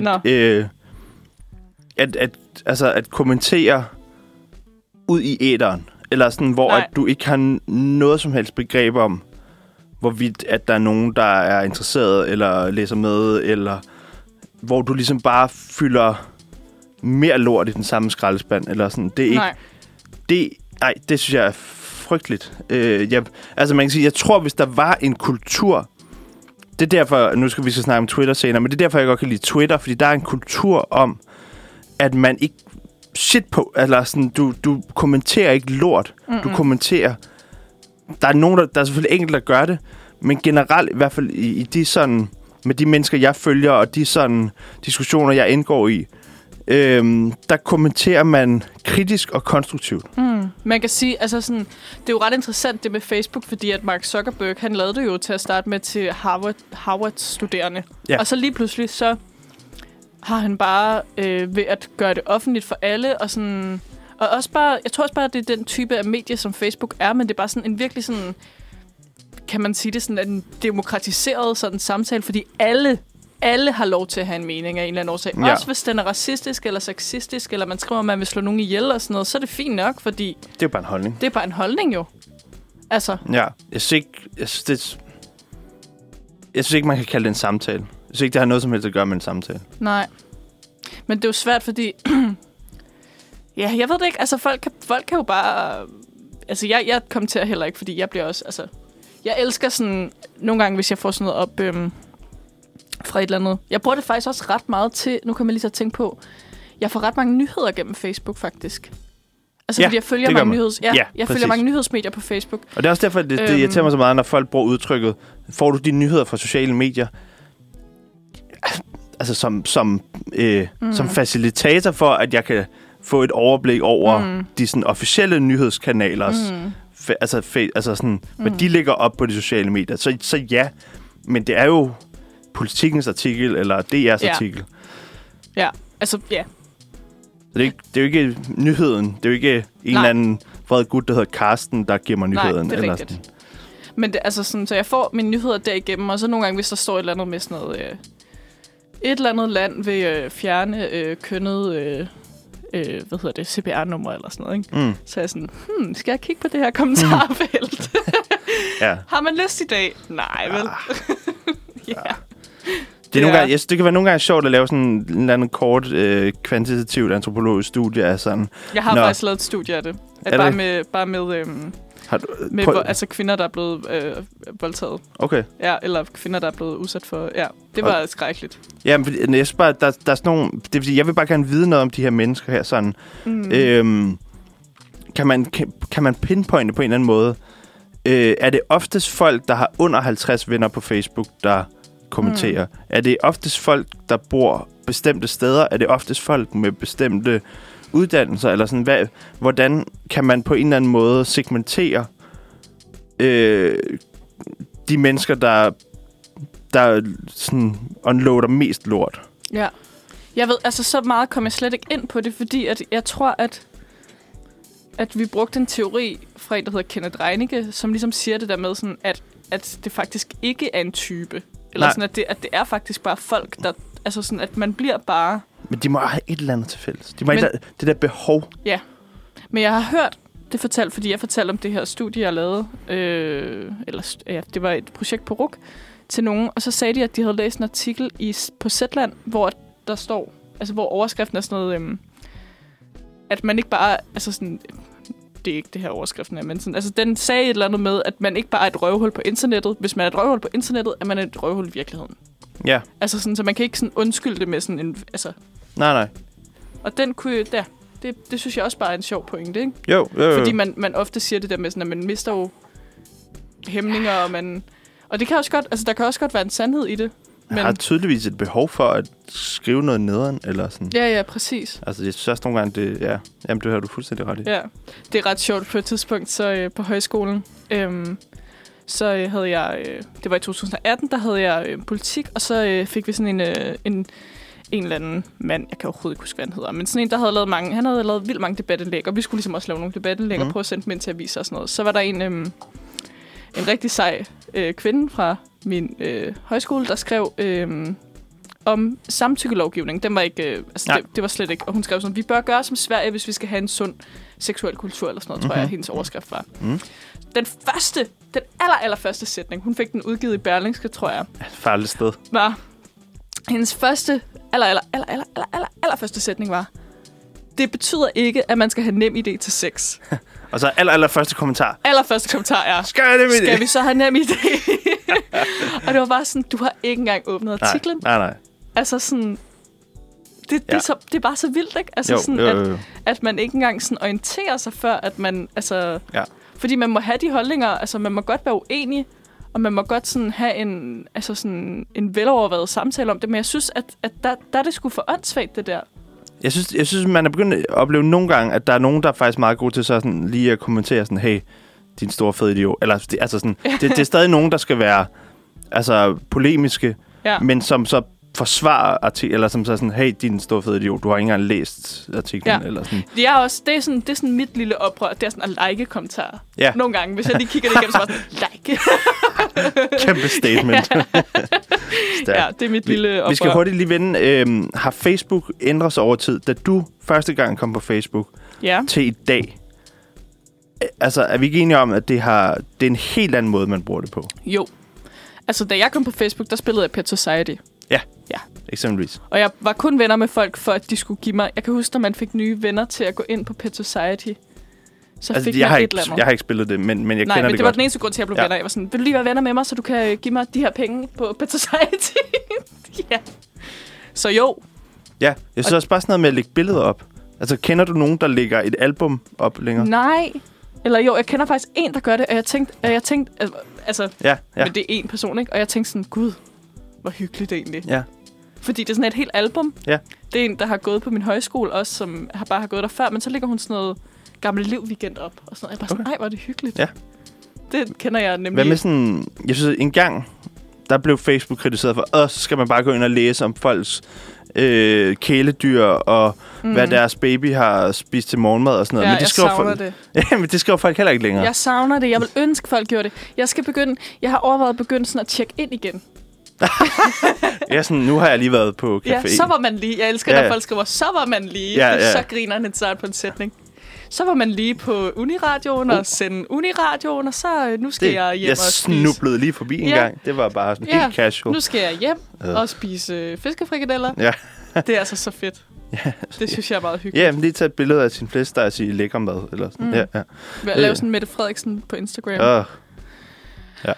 At kommentere ud i æteren. Eller sådan, hvor at du ikke har noget som helst begreb om, hvorvidt at der er nogen, der er interesseret, eller læser med, eller hvor du ligesom bare fylder mere lort i den samme skraldespand, eller sådan. Det er ikke... Nej, det synes jeg er frygteligt. Altså man kan sige, jeg tror, hvis der var en kultur... Det er derfor, nu skal vi snakke om Twitter senere, men det er derfor, jeg godt kan lide Twitter, fordi der er en kultur om, at man ikke på, eller sådan, du kommenterer ikke lort. Du kommenterer... Der er nogen, der er selvfølgelig enkelte, der gør det, men generelt, i hvert fald i de sådan... Med de mennesker, jeg følger, og de sådan diskussioner, jeg indgår i, der kommenterer man kritisk og konstruktivt. Man kan sige, altså sådan, det er jo ret interessant det med Facebook, fordi at Mark Zuckerberg, han lavede det jo til at starte med til Harvard-studerende. Ja. Og så lige pludselig, så har han bare ved at gøre det offentligt for alle, og sådan... Og også bare, jeg tror også bare, det er den type af medie, som Facebook er, men det er bare sådan en virkelig sådan... Kan man sige det sådan, en demokratiseret sådan samtale, fordi alle har lov til at have en mening af en eller anden årsag. Ja. Også hvis den er racistisk eller sexistisk, eller man skriver, at man vil slå nogen ihjel og sådan noget, så er det fint nok, fordi... Det er jo bare en holdning. Det er bare en holdning, jo. Altså... Ja, jeg synes ikke, man kan kalde det en samtale. Jeg synes ikke, det har noget som helst at gøre med en samtale. Nej. Men det er jo svært, fordi... ja, jeg ved det ikke. Altså, folk kan jo bare... Altså, jeg kommenterer heller ikke, fordi jeg bliver også... Altså, jeg elsker sådan... Nogle gange, hvis jeg får sådan noget op fra et eller andet... Jeg bruger det faktisk også ret meget til... Nu kan man lige så tænke på... Jeg får ret mange nyheder gennem Facebook, faktisk. Altså, fordi jeg følger mange jeg følger mange nyhedsmedier på Facebook. Og det er også derfor, det irriterer mig så meget, når folk bruger udtrykket... Får du de nyheder fra sociale medier? Altså, som facilitator for, at jeg kan få et overblik over de sådan, officielle nyhedskanalers... Altså sådan, hvad de lægger op på de sociale medier. Så ja, men det er jo Politikens artikel, eller DR's artikel. Ja, altså, ja. Så det er jo ikke nyheden. Det er jo ikke en eller anden vred gut, der hedder Karsten, der giver mig nyheden. Nej, det er eller rigtigt. Sådan. Men det, altså sådan, så jeg får mine nyheder derigennem, og så nogle gange, hvis der står et eller andet med sådan noget... et eller andet land vil fjerne kønnet... CPR-nummer eller sådan noget, ikke? Så er jeg sådan, skal jeg kigge på det her kommentarfelt? Ja. Har man lyst i dag? Nej, vel? Ja. Det er gange, det kan være nogle gange sjovt at lave sådan en eller anden kort, kvantitativt antropologisk studie af sådan... Jeg har faktisk lavet et studie af det. Bare med altså kvinder, der er blevet voldtaget. Okay. Ja, eller kvinder, der er blevet udsat for... Ja, det var skrækkeligt. Ja, men jeg bare, der er sådan nogle... Det vil sige, jeg vil bare gerne vide noget om de her mennesker her, sådan... Kan man pinpointe på en eller anden måde? Er det oftest folk, der har under 50 venner på Facebook, der kommenterer? Er det oftest folk, der bor bestemte steder? Er det oftest folk med bestemte uddannelser? Eller sådan, hvordan kan man på en eller anden måde segmentere de mennesker, der sådan unloader mest lort? Ja. Jeg ved, altså så meget kom jeg slet ikke ind på det, fordi at jeg tror, at vi brugte en teori fra en, der hedder Kenneth Reinicke, som ligesom siger det der med, sådan, at det faktisk ikke er en type. Eller sådan, at det er faktisk bare folk, der... Altså sådan, at man bliver bare... Men de må have et eller andet til fælles. De må have det der behov. Ja. Men jeg har hørt det fortalt, fordi jeg fortalte om det her studie, jeg lavede. Det var et projekt på RUK til nogen. Og så sagde de, at de havde læst en artikel på Zetland, hvor der står... Altså, hvor overskriften er sådan noget... at man ikke bare... Altså sådan... Det er ikke det her overskriften er, men sådan, altså, den sagde et eller andet med, at man ikke bare er et røvhul på internettet. Hvis man er et røvhul på internettet, er man et røvhul i virkeligheden. Ja. Altså sådan, så man kan ikke sådan undskylde det med sådan en... Altså. Nej. Og den kunne det synes jeg også bare er en sjov pointe, ikke? Jo. Fordi man ofte siger det der med sådan, at man mister jo hæmninger, og det kan også godt... Altså, der kan også godt være en sandhed i det. Men har tydeligvis et behov for at skrive noget nederen, eller sådan. Ja, præcis. Altså, jeg synes også nogle gange, det... Ja, jamen, det har du fuldstændig ret i. Ja, det er ret sjovt på et tidspunkt, så på højskolen... Så havde jeg... det var i 2018, der havde jeg politik, og så fik vi sådan en eller anden mand, jeg kan overhovedet ikke huske, hvad han hedder, men sådan en, der havde lavet han havde lavet vildt mange debatindlæg, og vi skulle ligesom også lave nogle debatindlæg og prøve at sende dem ind til aviser og sådan noget. Så var der en rigtig sej kvinde fra min højskole, der skrev om samtykkelovgivning. Den var ikke... det var slet ikke... Og hun skrev sådan, vi bør gøre som Sverige, hvis vi skal have en sund seksuel kultur, eller sådan noget, tror jeg, hendes overskrift var. Den allerførste sætning, hun fik den udgivet i Berlingske, tror jeg. Et farligt sted. Hendes første, allerførste sætning var, det betyder ikke, at man skal have nem idé til sex. Og så allerførste kommentar. Allerførste kommentar er, skal vi så have nem idé? Og det var bare sådan, du har ikke engang åbnet artiklen. Nej. Altså sådan, det er bare så vildt, ikke? Altså sådan, at man ikke engang sådan orienterer sig før, at man, altså... Ja. Fordi man må have de holdninger, altså man må godt være uenig, og man må godt sådan have en velovervejet samtale om det, men jeg synes, at der er det sgu for åndssvagt, det der. Jeg synes, man er begyndt at opleve nogle gange, at der er nogen, der er faktisk meget gode til så sådan, lige at kommentere sådan, hey, din store fede idiot. Eller, altså sådan, det er stadig nogen, der skal være altså, polemiske, men som så forsvarer artiklen, eller som så sådan, hey, din store fede idiot, du har ikke engang læst artiklen. Eller sådan. Det er sådan mit lille oprør, det er sådan at like kommentarer. Ja. Nogle gange, hvis jeg lige kigger det igennem, så var sådan, like. Kæmpe statement. Ja, det er mit lille oprør. Vi skal hurtigt lige vende. Har Facebook ændret sig over tid, da du første gang kom på Facebook til i dag? Altså, er vi ikke enige om, at det er en helt anden måde, man bruger det på? Jo. Altså, da jeg kom på Facebook, der spillede jeg Pet Society. Ja, eksempelvis. Og jeg var kun venner med folk, for at de skulle give mig... Jeg kan huske, når man fik nye venner til at gå ind på Pet Society, så altså, fik man et eller andet. Jeg har ikke spillet det, men jeg kender det godt. Nej, men det var den eneste grund til, at jeg blev venner. Jeg var sådan, vil du lige være venner med mig, så du kan give mig de her penge på Pet Society? Ja. Så jo. Ja, jeg synes også bare sådan noget med at lægge billeder op. Altså, kender du nogen, der lægger et album op længere? Nej. Eller jo, jeg kender faktisk en, der gør det, og jeg tænkte altså, men det er en person, ikke? Og jeg tænkte sådan, gud, hvor hyggeligt det egentlig. Ja. Fordi det er sådan et helt album. Ja. Det er en, der har gået på min højskole også, som bare har gået der før, men så lægger hun sådan noget Gamle Liv Weekend op. Og sådan noget. Jeg bare sådan, ej, hvor er det hyggeligt. Ja. Det kender jeg nemlig. Hvad med sådan, jeg synes, en gang, der blev Facebook kritiseret for, så skal man bare gå ind og læse om folks kæledyr, og hvad deres baby har spist til morgenmad og sådan noget. Ja, men det savner det. Ja, men det skriver folk heller ikke længere. Jeg savner det. Jeg vil ønske, folk gjorde det. Jeg har overvejet at begynde sådan at tjekke ind igen. Ja, sådan, nu har jeg lige været på café. Ja, så var man lige. Jeg elsker, når folk skriver, så var man lige. Så griner han et start på en sætning. Så var man lige på Uniradioen og sende Uniradioen, og så nu skal jeg hjem og spise. Jeg snublede lige forbi en gang. Det var bare sådan helt casual. Nu skal jeg hjem og spise fiskefrikadeller. Ja. Det er altså så fedt. Ja, det synes jeg er meget hyggeligt. Ja, men lige tage et billede af sin flæsk, der er sige lækker mad. Eller sådan. Ja. Ved at lave sådan Mette Frederiksen på Instagram. Ja.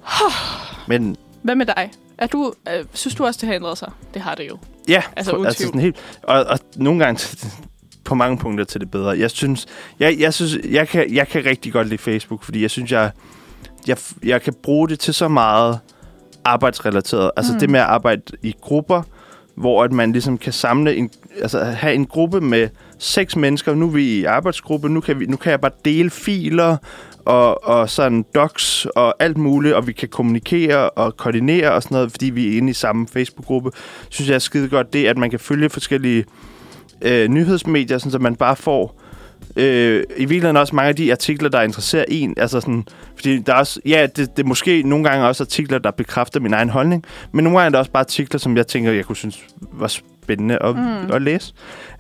Men hvad med dig? Synes du også, det har ændret sig? Det har det jo. Ja, altså sådan helt... Og nogle gange på mange punkter til det bedre. Jeg synes, jeg kan rigtig godt lide Facebook, fordi jeg synes, jeg kan bruge det til så meget arbejdsrelateret. Altså det med at arbejde i grupper, hvor at man ligesom kan samle have en gruppe med 6 mennesker. Nu er vi i arbejdsgruppe, nu kan jeg bare dele filer og sådan docs og alt muligt, og vi kan kommunikere og koordinere og sådan noget, fordi vi er inde i samme Facebook-gruppe. Synes jeg er skide godt det, at man kan følge forskellige nyhedsmedier, sådan, så man bare får i virkeligheden også mange af de artikler, der interesserer en. Altså sådan, fordi der er også, det er måske nogle gange også artikler, der bekræfter min egen holdning, men nogle gange er der også bare artikler, som jeg tænker, jeg kunne synes var spændende at læse.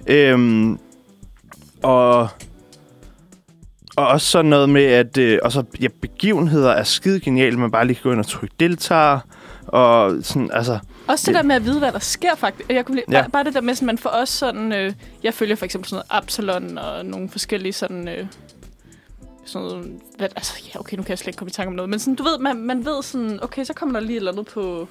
Og også sådan noget med, at begivenheder er skide genialt, man bare lige kan gå ind og trykke deltager, og sådan, altså... Også det der med at vide, hvad der sker faktisk. Jeg kunne bare det der med, at man får også sådan... jeg følger for eksempel sådan noget Absalon og nogle forskellige sådan... okay, nu kan jeg slet ikke komme i tanke om noget. Men sådan, du ved, man ved sådan... Okay, så kommer der lige et eller andet på...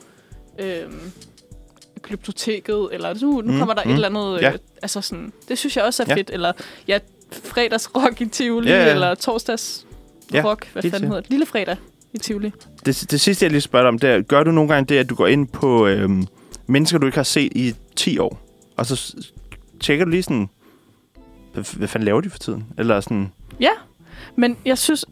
Glyptoteket, eller nu kommer der et eller andet... altså sådan... Det synes jeg også er fedt. Eller fredagsrock i Tivoli, eller torsdagsrock. Hvad fanden hedder det? Lille fredag i Tivoli. Det sidste, jeg lige spørger dig om, det er, gør du nogle gange det, at du går ind på mennesker, du ikke har set i 10 år, og så tjekker du lige sådan, hvad fanden laver de for tiden? Eller sådan... Ja, men jeg synes,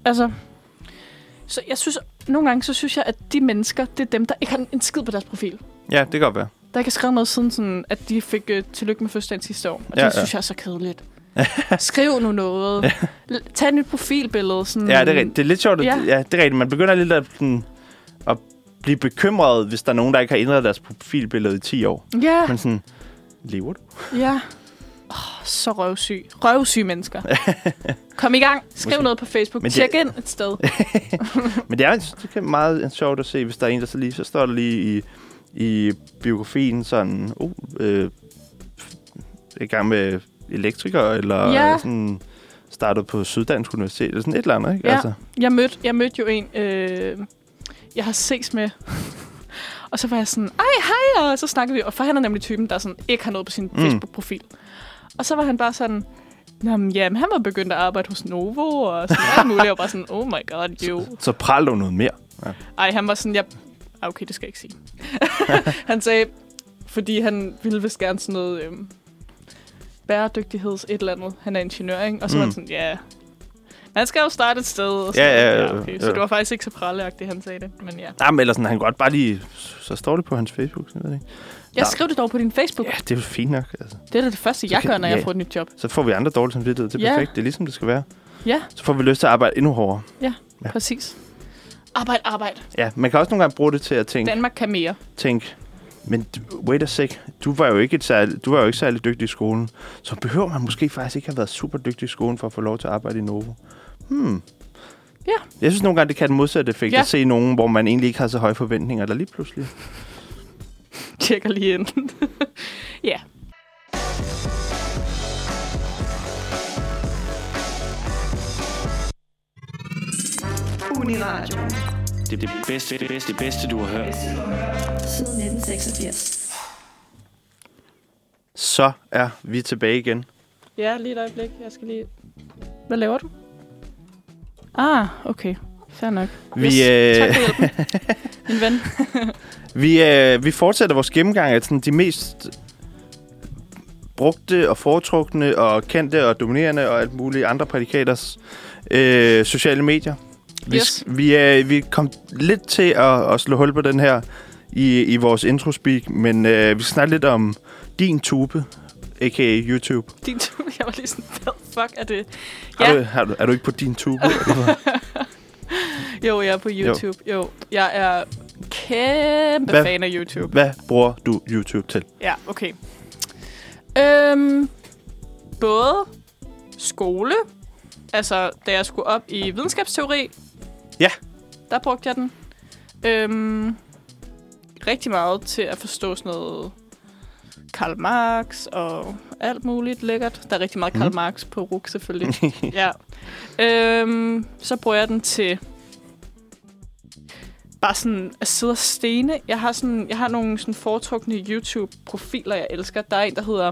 nogle gange, så synes jeg, at de mennesker, det er dem, der ikke har en skid på deres profil. Ja, det kan godt være. Der ikke har skrevet noget siden, sådan, at de fik tillykke med fødselsdagen sidste år. Og det synes jeg er så kedeligt. Skriv nu noget. Tag et nyt profilbillede. Sådan. Ja, det er lidt sjovt. Ja, det er rigtigt. Man begynder lidt at blive bekymret, hvis der er nogen, der ikke har ændret deres profilbillede i 10 år. Ja. Men sådan, lever du? Ja. Så røvsyg. Røvsyge mennesker. Kom i gang. Skriv noget på Facebook. Tjek ind et sted. Men det er meget sjovt at se, hvis der er en, der så står der lige i biografien sådan, i gang med elektriker, eller sådan startet på Syddansk Universitet, eller sådan et eller andet, ikke? Ja, Altså. jeg mødte jo en, jeg har ses med, og så var jeg sådan, hej, og så snakkede vi, og for han er nemlig typen, der sådan ikke har noget på sin Facebook-profil. Og så var han bare sådan, jamen, han var begyndt at arbejde hos Novo, og sådan alt muligt, og bare sådan, oh my god, jo. Så pral du noget mere? Ja. Ej, han var sådan, okay, det skal jeg ikke sige. Han sagde, fordi han ville vist gerne sådan noget bæredygtigheds et eller andet. Han er ingeniør, ikke? Og så var han sådan, han skal jo starte et sted. Og sådan, okay. Så det var faktisk ikke så pralleagtigt, han sagde det, men ja. Nej, men eller sådan, han kan godt bare lige... Så står det på hans Facebook, så ved jeg ikke. Jeg skrev det dog på din Facebook. Ja, det er jo fint nok. Altså. Det er det første, jeg gør, når jeg får et nyt job. Så får vi andre dårlige samvittighed. Det er perfekt. Det er ligesom det skal være. Ja. Så får vi lyst til at arbejde endnu hårdere. Ja, præcis. Arbejde. Ja, man kan også nogle gange bruge det til at tænke... Danmark kan mere. Men wait a sec, du var jo ikke særlig dygtig i skolen, så behøver man måske faktisk ikke have været super dygtig i skolen for at få lov til at arbejde i Novo. Ja. Jeg synes nogle gange, det kan have den modsatte effekt at se nogen, hvor man egentlig ikke har så høje forventninger, der lige pludselig... Tjekker lige ind. Ja. Uniradio. Det er det bedste, du har hørt. Siden 1986. Så er vi tilbage igen. Ja, lige et øjeblik. Jeg skal lige... Hvad laver du? Okay. Fair nok. Tak for hjælpen, min ven. Vi fortsætter vores gennemgang af sådan de mest brugte og foretrukne og kendte og dominerende og alt muligt andre prædikaters sociale medier. Vi kom lidt til at slå hul på den her i vores introspeak, men vi skal snakke lidt om din tube, a.k.a. YouTube. Din tube? Jeg var lige sådan, hvad fuck er det? Er du ikke på din tube? Jo, jeg er på YouTube. Jo, jeg er kæmpe fan af YouTube. Hvad bruger du YouTube til? Ja, okay. Både skole, altså da jeg skulle op i videnskabsteori. Ja. Der brugte jeg den. Rigtig meget til at forstå sådan noget Karl Marx og alt muligt lækkert. Der er rigtig meget Karl Marx på RUC, selvfølgelig. Ja. Så bruger jeg den til bare sådan at sidde og stene. Jeg har nogle sådan foretrukne YouTube-profiler, jeg elsker. Der er en, der hedder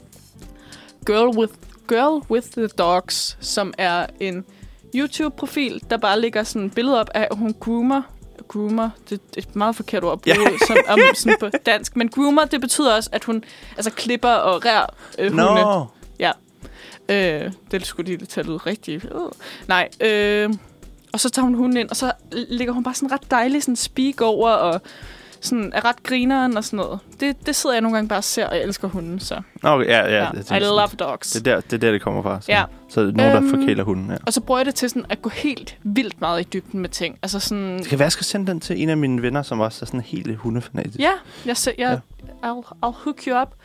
Girl with the Dogs, som er en YouTube-profil, der bare lægger sådan et billede op af, at hun groomer, det er et meget forkert ord at bruge sådan på dansk, men groomer, det betyder også, at hun altså klipper og rær hunde. No. Ja. Det skulle de tage ud rigtigt. Nej. Og så tager hun hunden ind, og så lægger hun bare sådan ret dejlig sådan speak over, og sådan er ret grineren og sådan noget. Det sidder jeg nogle gange bare og ser, og jeg elsker hunden, så. Okay, ja. I love dogs. Det er der, det kommer fra. Så, ja. Så er det nogen, der forkæler hunden, ja. Og så bruger jeg det til sådan at gå helt vildt meget i dybden med ting. Altså sådan... Det kan være, jeg skal sende den til en af mine venner, som også er sådan helt hundefanatisk. Ja, I'll hook you up.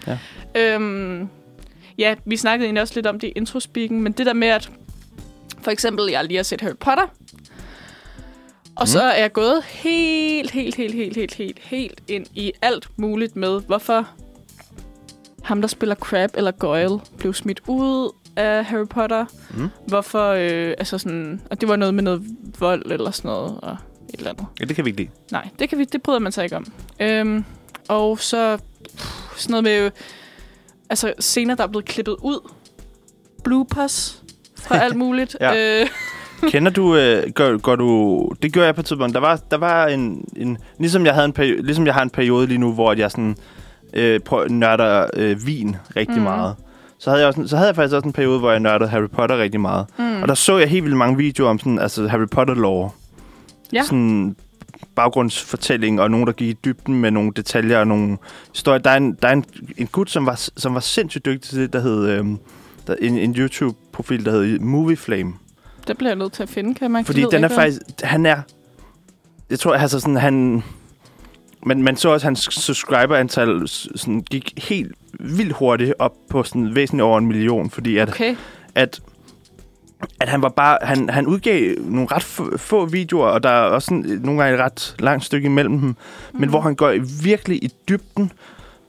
Ja. Vi snakkede egentlig også lidt om det i introspeaken, men det der med, at for eksempel, jeg lige har set Harry Potter, og så er jeg gået helt ind i alt muligt med, hvorfor ham, der spiller Crabbe eller Goyle, blev smidt ud af Harry Potter. Hvorfor, altså sådan, og det var noget med noget vold eller sådan noget, og et eller andet. Ja, det kan vi ikke lide. Nej, det bryder man sig ikke om. Og så sådan noget med, altså scener, der er blevet klippet ud. Bloopers fra alt muligt. Ja. Kender du, gør du, det gør jeg på et tidspunkt. Der var en ligesom jeg har en periode lige nu, hvor jeg sådan nørder vin rigtig meget. Så havde jeg faktisk også en periode, hvor jeg nørdede Harry Potter rigtig meget. Og der så jeg helt vildt mange videoer om sådan, altså Harry Potter lore. Ja. Sådan baggrundsfortælling og nogen, der gik i dybden med nogle detaljer og nogle historier. Der er en gut, som var sindssygt dygtig til det, der hed en YouTube-profil, der hed Movie Flame. Det bliver jeg nødt til at finde, kan man? Fordi den er faktisk... Jeg tror, altså sådan, han... Man så også, at hans subscriber-antal sådan, gik helt vildt hurtigt op på sådan væsentligt over 1 million, fordi at han var bare... Han udgav nogle ret få videoer, og der er også sådan, nogle gange et ret langt stykke imellem dem, men hvor han går virkelig i dybden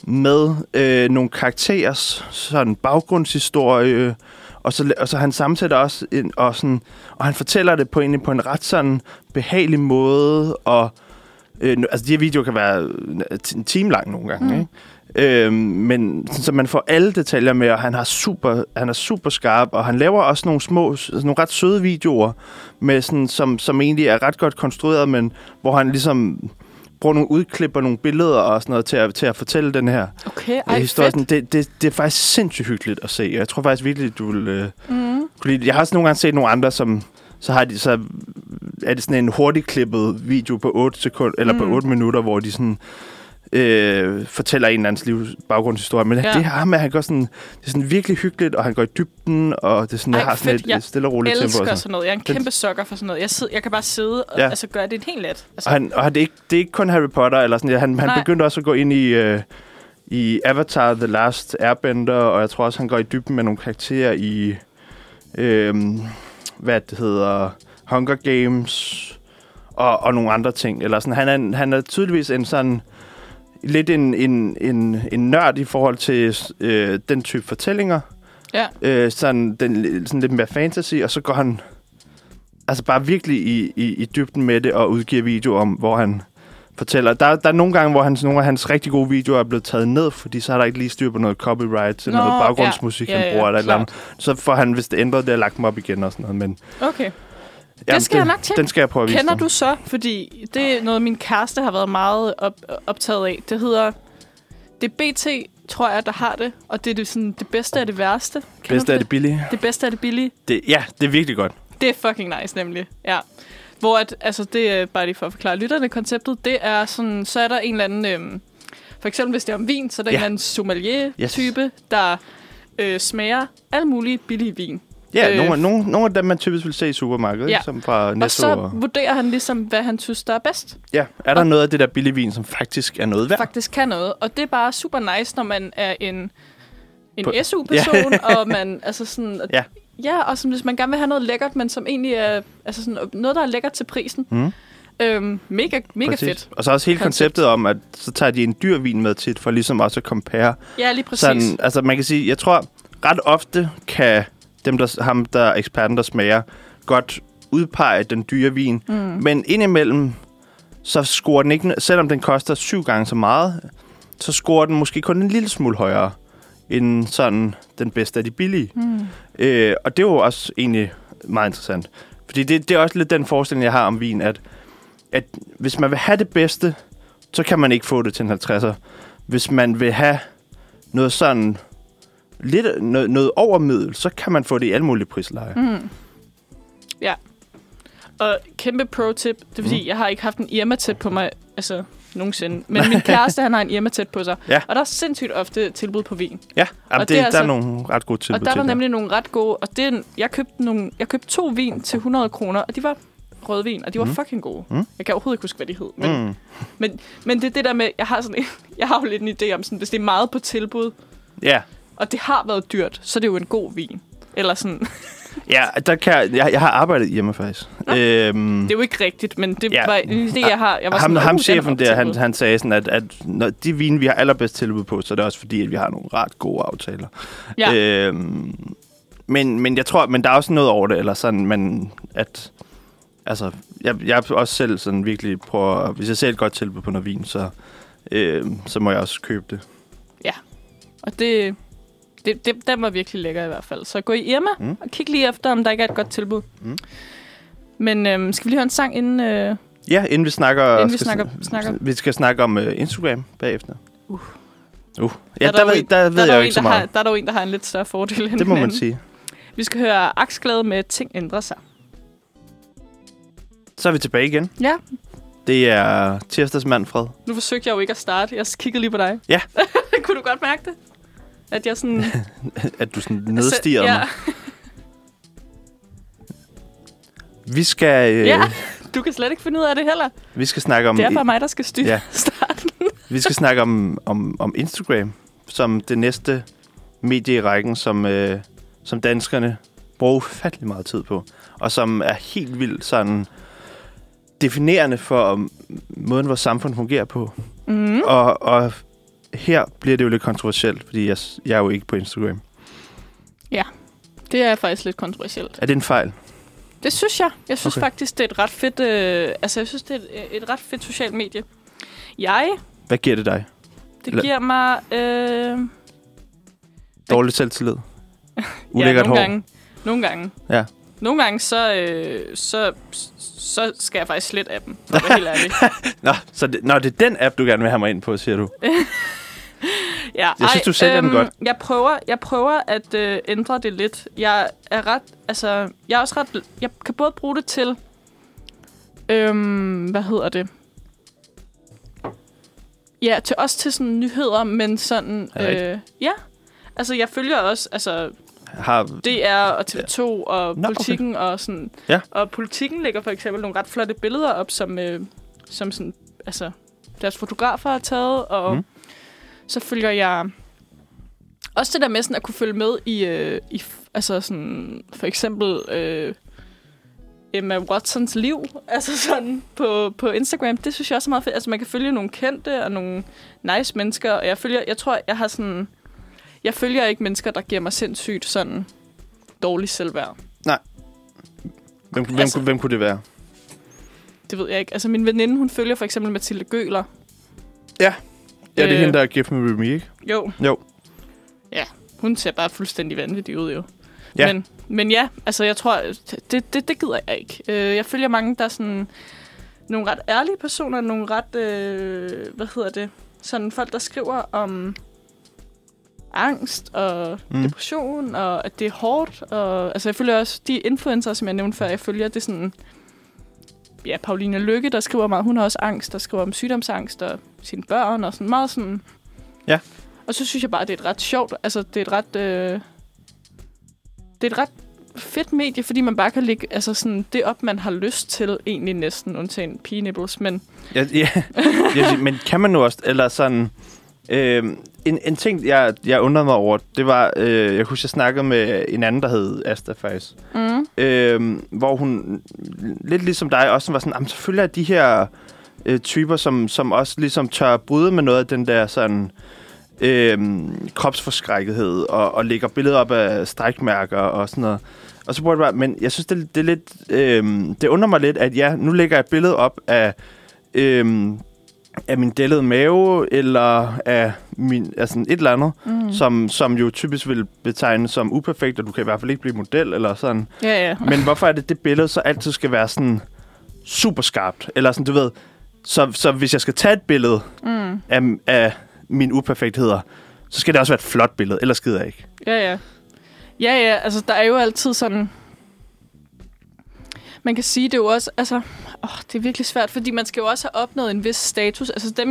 med nogle karakterers sådan baggrundshistorie, og så han sammensætter også og han fortæller det på en ret sådan behagelig måde, og altså de her videoer kan være en time lang nogle gange, ikke? Men så man får alle detaljer med, og han er super skarp, og han laver også nogle ret søde videoer med sådan, som egentlig er ret godt konstrueret, men hvor han ligesom bruger nogle udklip og nogle billeder og sådan noget til at fortælle den her historie. Det er faktisk sindssygt hyggeligt at se. Jeg tror faktisk virkelig, du vil kunne lide. Jeg har også nogle gange set nogle andre, så er det sådan en hurtigt klippet video på 8 sekunder eller på 8 minutter, hvor de sådan fortæller en eller andens livs baggrundshistorie. Men det her med, han gør sådan, det er sådan virkelig hyggeligt, og han går i dybden, og det er sådan, har sådan et stille og roligt tempo. Jeg elsker sådan noget. Jeg er en kæmpe sukker for sådan noget. Jeg kan bare sidde og gøre det helt let. Altså. Og det er ikke kun Harry Potter, eller sådan. Han begyndte også at gå ind i Avatar The Last Airbender, og jeg tror også, han går i dybden med nogle karakterer i hvad det hedder, Hunger Games og nogle andre ting. Eller sådan. Han er tydeligvis en sådan lidt en nørd i forhold til den type fortællinger. Ja. Sådan lidt mere fantasy, og så går han altså bare virkelig i dybden med det og udgiver videoer om, hvor han fortæller. Der er nogle gange, hvor nogle af hans rigtig gode videoer er blevet taget ned, fordi så er der ikke lige styr på noget copyright til noget baggrundsmusik, han bruger eller et eller andet. Så får han, hvis det ændret, det har lagt dem op igen og sådan noget. Men okay. Det skal jeg nok tjekke. Den skal jeg prøve at vise. Kender du så? Fordi det er noget, min kæreste har været meget optaget af. Det hedder... Det er BT, tror jeg, der har det. Og det er det bedste af det værste. Bedste af det billige. Det bedste af det billige. Det er virkelig godt. Det er fucking nice, nemlig. Ja. Hvor det er bare lige for at forklare lytterne konceptet. Det er sådan, så er der en eller anden... for eksempel, hvis det er om vin, så er der en eller anden sommelier-type, der smager alle mulige billige vin. Ja, nogle af dem, man typisk vil se i supermarkedet, ikke? Som fra Netto. Og så vurderer han ligesom, hvad han synes, der er bedst. Ja, er der noget af det der billige vin, som faktisk er noget værd? Faktisk kan noget, og det er bare super nice, når man er en SU-person, og man altså sådan... Ja, og som hvis man gerne vil have noget lækkert, men som egentlig er altså sådan noget, der er lækkert til prisen. Mega fedt. Og så også hele konceptet om, at så tager de en dyr vin med tit, for ligesom også at compare. Ja, lige præcis. Sådan, altså man kan sige, jeg tror ret ofte kan ham der er eksperten, der smager, godt udpege den dyre vin. Men indimellem, så scorer den ikke, selvom den koster 7 gange så meget, så scorer den måske kun en lille smule højere end sådan den bedste af de billige. Og det er jo også egentlig meget interessant. Fordi det er også lidt den forestilling, jeg har om vin, at hvis man vil have det bedste, så kan man ikke få det til en 50'er. Hvis man vil have noget sådan lidt noget overmiddel, så kan man få det i alle mulige prisleje. Ja. Og kæmpe pro-tip, det er fordi, jeg har ikke haft en Irma tæt på mig, altså nogensinde. Men min kæreste, han har en Irma tæt på sig. Ja. Og der er sindssygt ofte tilbud på vin. Ja, der er nogle ret gode tilbud. Og der er der nemlig nogle ret gode, og jeg købte 2 vin til 100 kroner, og de var rødvin, og de var fucking gode. Jeg kan overhovedet ikke huske, hvad de hed. Men det er det der med, jeg har jo lidt en idé om, sådan, hvis det er meget på tilbud, og det har været dyrt, så er det jo en god vin. Eller sådan... Ja, jeg har arbejdet hjemme faktisk. Det er jo ikke rigtigt, men det var det, jeg har. Jeg var sådan, ham chefen der, han sagde sådan, at når de vine, vi har allerbedst tilbud på, så er det også fordi, at vi har nogle ret gode aftaler. Ja. Men jeg tror, men der er også noget over det, eller sådan, men at... Altså, jeg også selv sådan virkelig prøver... Hvis jeg ser et godt tilbud på noget vin, så må jeg også købe det. Ja, og den var virkelig lækker i hvert fald. Så gå i Irma og kig lige efter, om der ikke er et godt tilbud. Men skal vi lige høre en sang inden... Ja, inden vi snakker... Vi skal snakke om Instagram bagefter. Ja, der ved jeg jo ikke så meget. Der er dog en, der har en lidt større fordel end det må man sige. Vi skal høre Aksglæde med Ting ændrer sig. Så er vi tilbage igen. Ja. Det er tirsdagsmand, Fred. Nu forsøgte jeg jo ikke at starte. Jeg kiggede lige på dig. Ja. Kunne du godt mærke det? At jeg sådan... at du sådan nedstirrede mig. Vi skal... Ja, du kan slet ikke finde ud af det heller. Vi skal snakke om... Det er bare mig, der skal styre starten. Vi skal snakke om Instagram, som det næste medie i rækken, som danskerne bruger ufattelig meget tid på. Og som er helt vildt sådan definerende for måden, vores samfund fungerer på. Og her bliver det jo lidt kontroversielt, fordi jeg er jo ikke på Instagram. Ja, det er faktisk lidt kontroversielt. Er det en fejl? Det synes jeg. Jeg synes faktisk, det er et ret fedt... jeg synes, det er et ret fedt socialt medie. Hvad giver det dig? Det giver mig... Dårlig selvtillid? Ulækkert hår? Nogle gange. Ja. Nogle gange, så skal jeg faktisk slette appen, for at være helt ærlig. Det er den app, du gerne vil have mig ind på, siger du? Ja, jeg synes, du sælger den godt. Jeg prøver at ændre det lidt. Jeg er også ret... Jeg kan både bruge det til... hvad hedder det? Ja, til sådan nyheder, men sådan... ja, altså jeg følger også... Altså, DR og TV2 og Politikken og sådan... Ja. Og Politikken lægger for eksempel nogle ret flotte billeder op, som sådan... Altså, deres fotografer har taget, og så følger jeg... Også det der med sådan at kunne følge med i altså sådan... For eksempel... Emma Watsons liv, altså sådan på Instagram, det synes jeg også er meget fedt. Altså man kan følge nogle kendte og nogle nice mennesker, og jeg følger ikke mennesker, der giver mig sindssygt sådan dårlig selvværd. Nej. Hvem kunne det være? Det ved jeg ikke. Altså min veninde, hun følger for eksempel Mathilde Gøler. Ja. Ja, det er hende, der er gift med Remy, ikke? Jo. Ja, hun ser bare fuldstændig vanvittig ud, jo. Ja. Men ja, altså jeg tror, det gider jeg ikke. Jeg følger mange, der er sådan nogle ret ærlige personer, nogle ret, sådan folk, der skriver om angst og depression, og at det er hårdt. Og, altså jeg følger også de influencer, som jeg nævnte før, jeg følger, det er sådan, ja, Pauline Lykke, der skriver meget, hun har også angst, der skriver om sygdomsangst og sine børn, og sådan meget sådan. Ja. Og så synes jeg bare, det er et ret sjovt, altså det er et ret fedt medie, fordi man bare kan lægge altså sådan, det op, man har lyst til, egentlig næsten, undtagen pee-nibbles, men... Ja, men kan man nu også, eller sådan... en ting, jeg undrede mig over, det var, jeg husker, jeg snakkede med en anden, der hed Asta faktisk, hvor hun, lidt ligesom dig, også var sådan, selvfølgelig er de her typer, som også ligesom tør bryde med noget af den der sådan... kropsforskrækkethed og lægger billeder op af strækmærker og sådan noget. Og så bruger det bare, men jeg synes, det er lidt... det undrer mig lidt, at ja, nu lægger jeg et billede op af min dellede mave, eller af et eller andet, som jo typisk vil betegnes som uperfekt, og du kan i hvert fald ikke blive model, eller sådan. Ja. Men hvorfor er det billede så altid skal være sådan super skarpt? Eller sådan, du ved... Så hvis jeg skal tage et billede af mine uperfektheder, så skal det også være et flot billede, ellers gider jeg ikke. Ja, altså der er jo altid sådan... Man kan sige, det er jo også... Altså, det er virkelig svært, fordi man skal jo også have opnået en vis status. Altså dem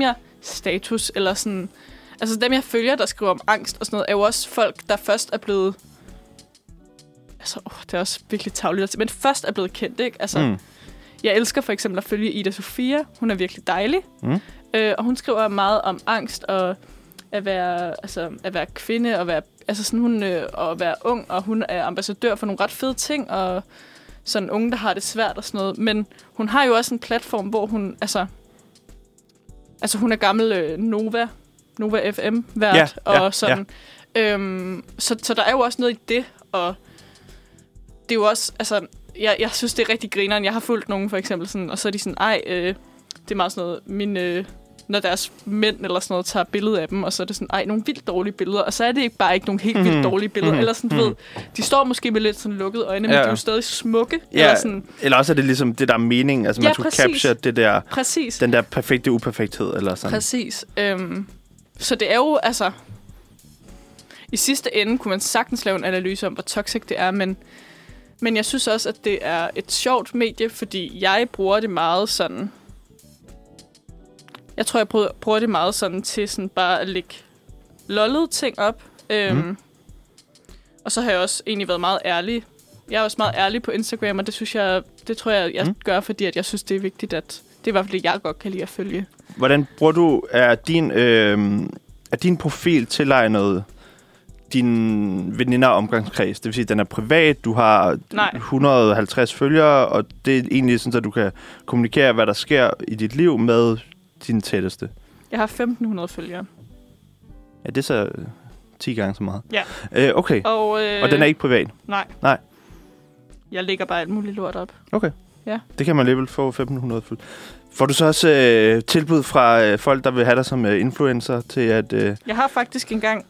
jeg følger, der skriver om angst og sådan noget, er jo også folk, der først er blevet... Altså, det er også virkelig tarveligt, men først er blevet kendt, ikke? Altså, jeg elsker for eksempel at følge Ida Sofia. Hun er virkelig dejlig. Og hun skriver meget om angst og at være kvinde og være at være ung, og hun er ambassadør for nogle ret fede ting og sådan unge, der har det svært og sådan noget. Men hun har jo også en platform, hvor hun hun er gammel Nova FM vært og sådan. Ja. Så der er jo også noget i det, og det er jo også jeg synes det er rigtig grineren. Jeg har fulgt nogen for eksempel sådan, og så er de sådan det er meget sådan noget når deres mænd eller sådan noget tager billeder af dem, og så er det sådan, nogle vildt dårlige billeder, og så er det ikke bare ikke nogle helt vildt dårlige billeder, eller sådan, du ved, de står måske med lidt sådan lukkede øjne, men de er jo stadig smukke. Ja, eller også er det ligesom det der mening, altså man skulle capture det der, den der perfekte uperfekthed, eller sådan. Præcis. Så det er jo, altså, i sidste ende kunne man sagtens lave en analyse om, hvor toxic det er, men jeg synes også, at det er et sjovt medie, fordi jeg bruger det meget sådan... Jeg tror, jeg bruger det meget sådan til sådan bare at lægge lollede ting op. Og så har jeg også egentlig været meget ærlig. Jeg er også meget ærlig på Instagram, og det tror jeg gør, fordi at jeg synes, det er vigtigt, at det er i hvert fald det, jeg godt kan lide at følge. Hvordan bruger du... Er din profil tilegnet din veninder omgangskreds? Det vil sige, at den er privat, du har 150 følgere, og det er egentlig sådan, at du kan kommunikere, hvad der sker i dit liv med dine tætteste. Jeg har 1.500 følgere. Ja, det er så 10 gange så meget. Ja. Okay. Og den er ikke privat? Nej. Jeg lægger bare alt muligt lort op. Okay. Ja. Det kan man alligevel få 1.500 fuldt. Får du så også tilbud fra folk, der vil have dig som influencer til at... Jeg har faktisk engang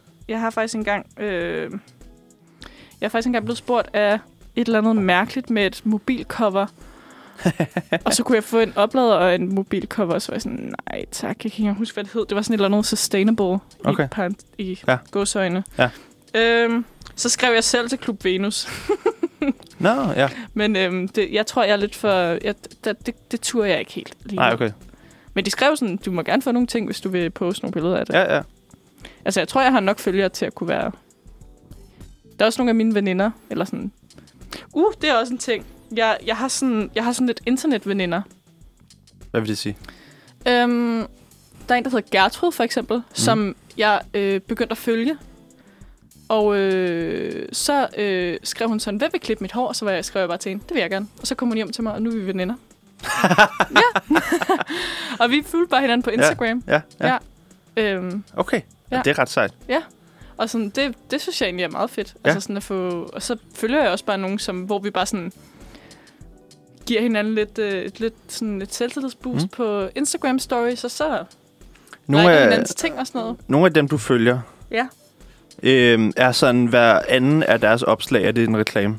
blevet spurgt af et eller andet mærkeligt med et mobilcover. Og så kunne jeg få en oplader og en mobilcover, og så var jeg sådan, nej tak, jeg kan ikke engang huske, hvad det hed. Det var sådan et eller andet sustainable i godsøjne. Ja. Så skrev jeg selv til Klub Venus. Ja. Men jeg tror, jeg er lidt for... Det turer jeg ikke helt lige. Nej, okay. Men de skrev sådan, du må gerne få nogle ting, hvis du vil poste nogle billeder af det. Ja. Altså, jeg tror, jeg har nok følgere til at kunne være... Der er også nogle af mine veninder, eller sådan... det er også en ting. Jeg har sådan lidt internetveninder. Hvad vil det sige? Der er en, der hedder Gertrud, for eksempel, som jeg begyndte at følge. Og så skrev hun sådan, hvem vil klippe mit hår? Og så skrev jeg bare til hende, det vil jeg gerne. Og så kom hun hjem til mig, og nu er vi veninder. Ja. Og vi fulgte bare hinanden på Instagram. Ja. Okay, ja. Det er ret sejt. Ja, og sådan, det synes jeg egentlig er meget fedt. Ja. Altså sådan at få... Og så følger jeg også bare nogen, hvor vi bare sådan... giver hinanden lidt selvtillidsboost på Instagram stories, og så liker hinandens ting og sådan noget. Nogle af dem, du følger, er sådan, hver anden af deres opslag, er det en reklame?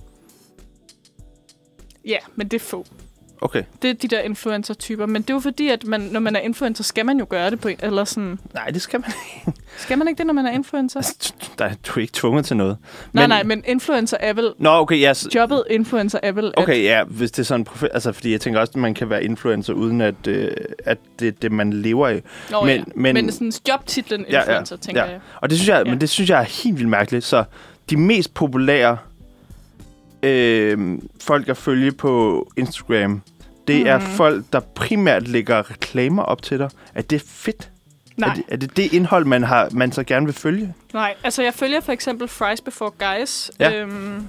Ja, men det er få. Okay. Det er de der influencer-typer. Men det er jo fordi, at når man er influencer, skal man jo gøre det på en... Eller sådan... Nej, det skal man ikke. Skal man ikke det, når man er influencer? Altså, du er ikke tvunget til noget. Nej, men influencer er vel... Nå, okay, yes. Jobbet influencer er vel... Okay, ja, hvis det er sådan... Altså, fordi jeg tænker også, at man kan være influencer, uden at det er det, man lever af. Men sådan jobtitlen influencer, tænker jeg. Og det synes jeg, men det synes jeg er helt vildt mærkeligt. Så de mest populære folk at følge på Instagram... Det er folk, der primært lægger reklamer op til dig. Er det fedt? Nej. Er det indhold, man så gerne vil følge? Nej, altså jeg følger for eksempel Fries Before Guys. Ja.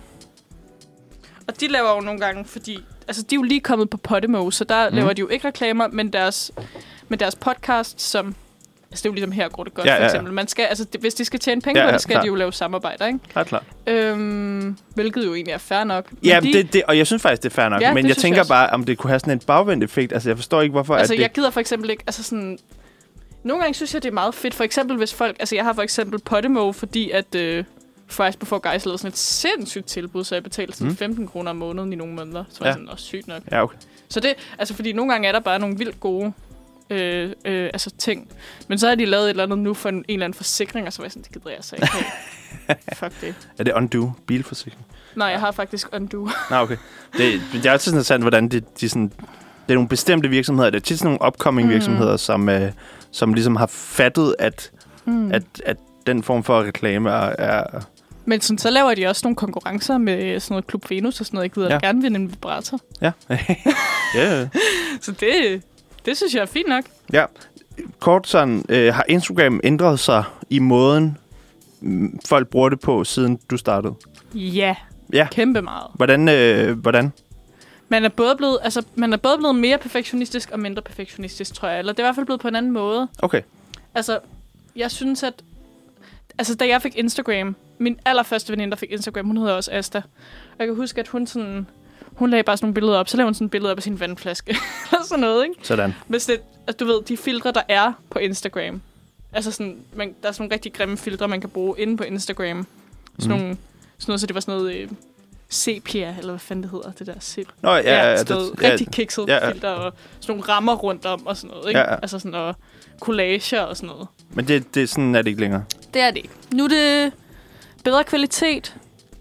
Og de laver jo nogle gange, fordi... Altså de er jo lige kommet på Podimo, så der laver de jo ikke reklamer, men deres podcast, som... Altså det er jo ligesom her går det godt, for eksempel. Man skal, altså, hvis de skal tjene penge på det, skal de jo lave samarbejder, ikke? Ja, klart. Hvilket jo egentlig er fair nok. Ja, og jeg synes faktisk, det er fair nok. Men jeg tænker bare, om det kunne have sådan en bagvendt effekt. Altså jeg forstår ikke, hvorfor... Altså jeg gider for eksempel ikke... Altså sådan... Nogle gange synes jeg, det er meget fedt. For eksempel hvis folk... Altså jeg har for eksempel Podimo, fordi at Fries Before Guys lavede sådan et sindssygt tilbud, så jeg betalte sådan 15 kroner om måneden i nogle måneder. Så var sådan også sygt nok. Ja, okay. Så det... Altså fordi nogle gange er der bare nogle vildt gode... altså ting. Men så har de lavet et eller andet nu for en eller anden forsikring, og så var jeg sådan, det gider jeg så ikke. Fuck det. Er det Undo bilforsikring? Nej, jeg har faktisk Undo. Nej, okay. Det er altid sådan interessant, hvordan de sådan... Det er nogle bestemte virksomheder. Det er tit sådan nogle upcoming virksomheder, som ligesom har fattet, at den form for reklame er... Men sådan, så laver de også nogle konkurrencer med sådan noget Klub Venus og sådan noget. Jeg gider gerne vinde en vibrator. Ja. Ja. Så det synes jeg er fint nok. Ja. Kort sådan, har Instagram ændret sig i måden, folk bruger det på, siden du startede? Ja. Kæmpe meget. Hvordan? Man er både blevet mere perfektionistisk og mindre perfektionistisk, tror jeg. Eller det er i hvert fald blevet på en anden måde. Okay. Altså, jeg synes, at... Altså, da jeg fik Instagram... Min allerførste veninde, der fik Instagram, hun hedder også Asta. Og jeg kan huske, at hun lagde bare sådan nogle billeder op. Så lavede hun sådan et billede op af sin vandflaske. Eller sådan noget, ikke? Sådan. Hvis det, altså, du ved, de filtre, der er på Instagram. Altså sådan... der er sådan nogle rigtig grimme filtre, man kan bruge inde på Instagram. Sådan noget, så det var sådan noget... sepia, eller hvad fanden det hedder, det der sepia. Nå, rigtig kikset filter, og sådan nogle rammer rundt om, og sådan noget, ikke? Ja. Altså sådan, og collager og sådan noget. Men det sådan er det ikke længere? Det er det ikke. Nu er det bedre kvalitet,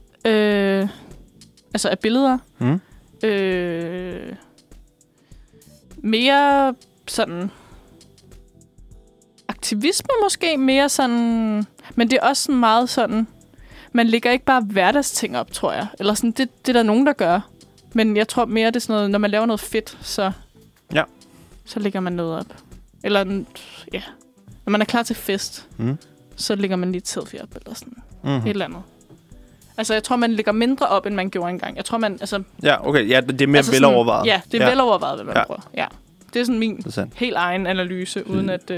altså af billeder. Mere sådan aktivisme måske, mere sådan, men det er også sådan meget sådan, man lægger ikke bare hverdagsting op, tror jeg. Eller sådan, det er der nogen, der gør. Men jeg tror mere, det er sådan noget, når man laver noget fedt, så lægger man noget op. Eller, når man er klar til fest, så lægger man lige et selfie op, eller sådan et eller andet. Altså, jeg tror, man lægger mindre op, end man gjorde engang. Jeg tror, man, altså... Ja, okay. Ja, det er mere velovervejet. Ja, det er velovervejet, hvad man prøver. Ja. Det er sådan min helt egen analyse, uden at...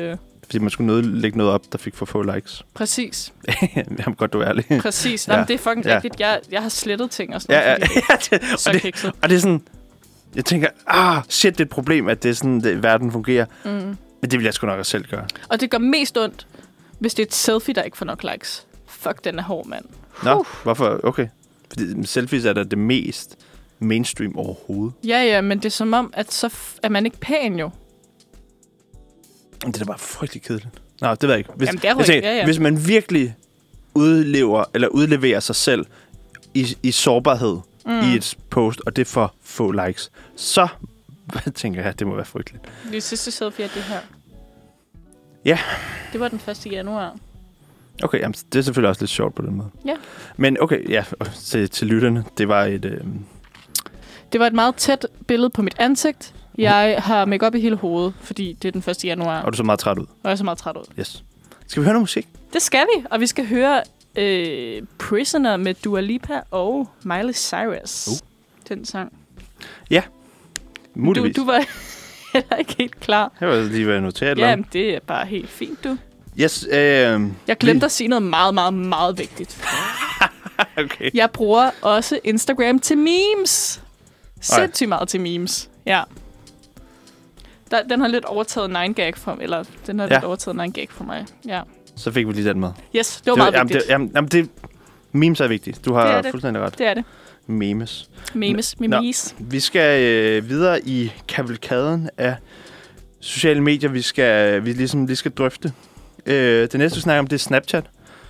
Fordi man skulle lægge noget op, der fik for få likes. Præcis. Jamen godt, du er ærlig. Præcis. Jamen, det er fucking rigtigt. Jeg har slettet ting og sådan noget. Og det er sådan... Jeg tænker, shit, det er et problem, at det er sådan, verden fungerer. Men det vil jeg sgu nok også selv gøre. Og det gør mest ondt, hvis det er et selfie, der ikke får nok likes. Fuck, den er hård, mand. Nå, hvorfor? Okay. Fordi selfies er da det mest mainstream overhovedet. Ja, men det er som om, at så er man ikke pæn jo. Det er da bare frygtelig kedeligt. Nå, det ved jeg ikke. Hvis man virkelig udleverer sig selv i sårbarhed i et post, og det får få likes, så tænker jeg, at det må være frygteligt. Det sidste selfie er det her. Ja. Det var den 1. januar. Okay, jamen, det er selvfølgelig også lidt sjovt på den måde. Ja. Men okay, ja, til lytterne, det var et... Det var et meget tæt billede på mit ansigt. Jeg har make-up i hele hovedet, fordi det er den 1. januar. Og du så meget træt ud. Og jeg er så meget træt ud. Yes. Skal vi høre noget musik? Det skal vi, og vi skal høre Prisoner med Dua Lipa og Miley Cyrus. Den sang. Ja, muligvis. Du var heller ikke helt klar. Jeg var lige ved at notere. Jamen, det er bare helt fint, du. Yes, jeg glemte at sige noget meget, meget, meget vigtigt. Okay. Jeg bruger også Instagram til memes. Sindssygt meget til memes. Ja. Den har lidt overtaget 9gag fra mig. Ja. Så fik vi lige den med. Yes, det var meget vigtigt. Memes er vigtigt. Du har fuldstændig ret. Det er det. Memes. Memes. Vi skal videre i kavalkaden af sociale medier, vi lige skal drøfte. Det næste, vi snakker om, det er Snapchat.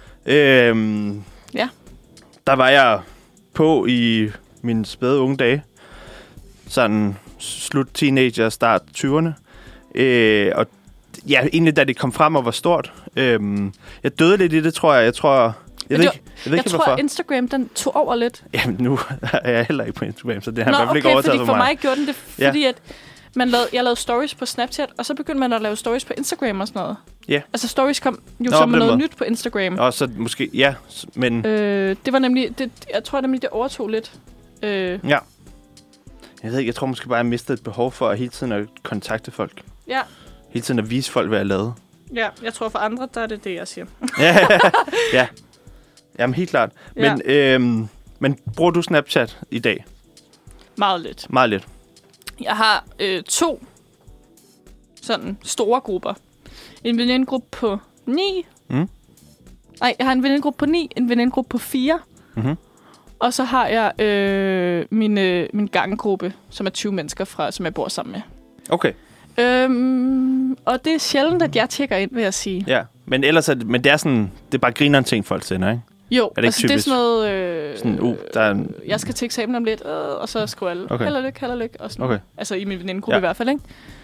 Ja. Der var jeg på i mine spæde unge dage. Sådan slut teenager, start 20'erne. Og ja, egentlig da det kom frem og var stort. Jeg døde lidt i det, tror jeg. Jeg tror, Instagram, den tog over lidt. Jamen, nu er jeg heller ikke på Instagram, så det har i hvert fald ikke overtaget for mig. Gjorde den det, fordi at jeg lavede stories på Snapchat, og så begyndte man at lave stories på Instagram og sådan noget. Ja. Altså, stories kom jo som noget nyt på Instagram. Og så måske, ja, men... det var nemlig, jeg tror nemlig, det overtog lidt. Ja. Jeg ved ikke, jeg tror måske bare, jeg mistede et behov for at hele tiden at kontakte folk. Ja. Hele tiden at vise folk, hvad jeg lavede. Ja, jeg tror for andre, der er det, jeg siger. Ja. Jamen, helt klart. Men bruger du Snapchat i dag? Meget lidt. Meget lidt. Jeg har 2 sådan store grupper. En venindegruppe på 9. Nej, jeg har en venindegruppe på 9, en venindegruppe på 4. Mm-hmm. Og så har jeg min ganggruppe, som er 20 mennesker, som jeg bor sammen med. Okay. Og det er sjældent, at jeg tjekker ind, vil jeg sige. Ja, men ellers er det er sådan, det er bare grineren ting, folk sender, ikke? Jo, er det altså det er sådan noget... der er jeg skal til eksamen om lidt, og så skriver alle, okay. Held og lykke, og sådan okay. Altså i min venindegruppe i hvert fald, ikke?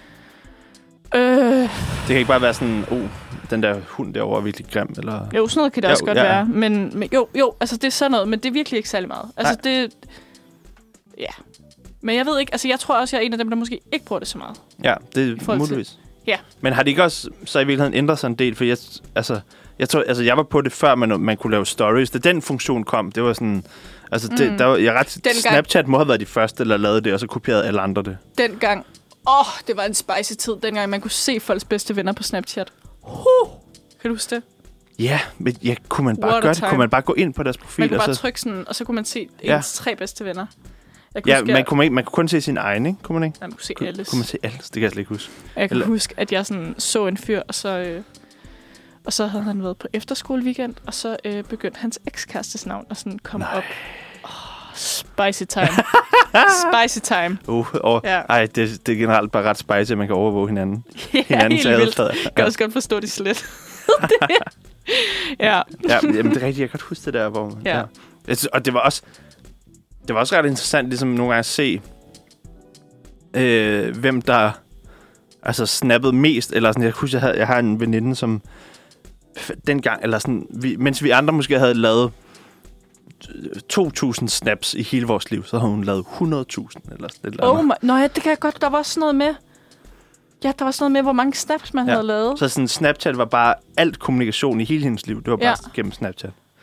Det kan ikke bare være sådan, den der hund derovre er virkelig grim, eller... Jo, sådan noget kan det også godt være. Men jo, altså det er sådan noget, men det er virkelig ikke særlig meget. Altså det... Ja. Men jeg ved ikke, altså jeg tror også, jeg er en af dem, der måske ikke bruger det så meget. Ja, det er muligvis. Ja. Men har det ikke også så i virkeligheden ændret sig en del? For jeg var på det før, man kunne lave stories. Da den funktion kom, det var sådan... Altså, Snapchat må have været de første, der lavede det, og så kopierede alle andre det. Dengang. Det var en spicy tid, dengang man kunne se folks bedste venner på Snapchat. Kan du huske det? Ja, men kunne man bare gøre det? Kunne man bare gå ind på deres profil? Man kunne bare trykke sådan, og så kunne man se ens 3 bedste venner. Man kunne kun se sin egen, ikke? Kunne man ikke? Nej, man kunne se alles. Kunne man se alles? Det kan jeg slet ikke huske. Jeg kan huske, at jeg så en fyr, og så havde han været på efterskoleweekend, og så begyndte hans ekskærestes navn at sådan komme op. Spicy time. Spicy time. Ej, det er generelt bare ret spicy, at man kan overvåge hinanden. Hinandens adfærd. Jeg kan også godt forstå det slet. Ja. Jamen, det er rigtigt. Jeg kan godt huske det der, hvor... Ja. Og det var også ret interessant, ligesom nogle gange at se, hvem der altså snappede mest, eller sådan, jeg husker, jeg har en veninde, som dengang, eller sådan, mens vi andre måske havde lavet 2.000 snaps i hele vores liv, så havde hun lavet 100.000 eller sådan noget. Nå ja, det kan jeg godt, der var også sådan noget med, der var sådan noget med, hvor mange snaps man havde lavet. Så sådan Snapchat var bare alt kommunikation i hele hendes liv, det var bare gennem Snapchat.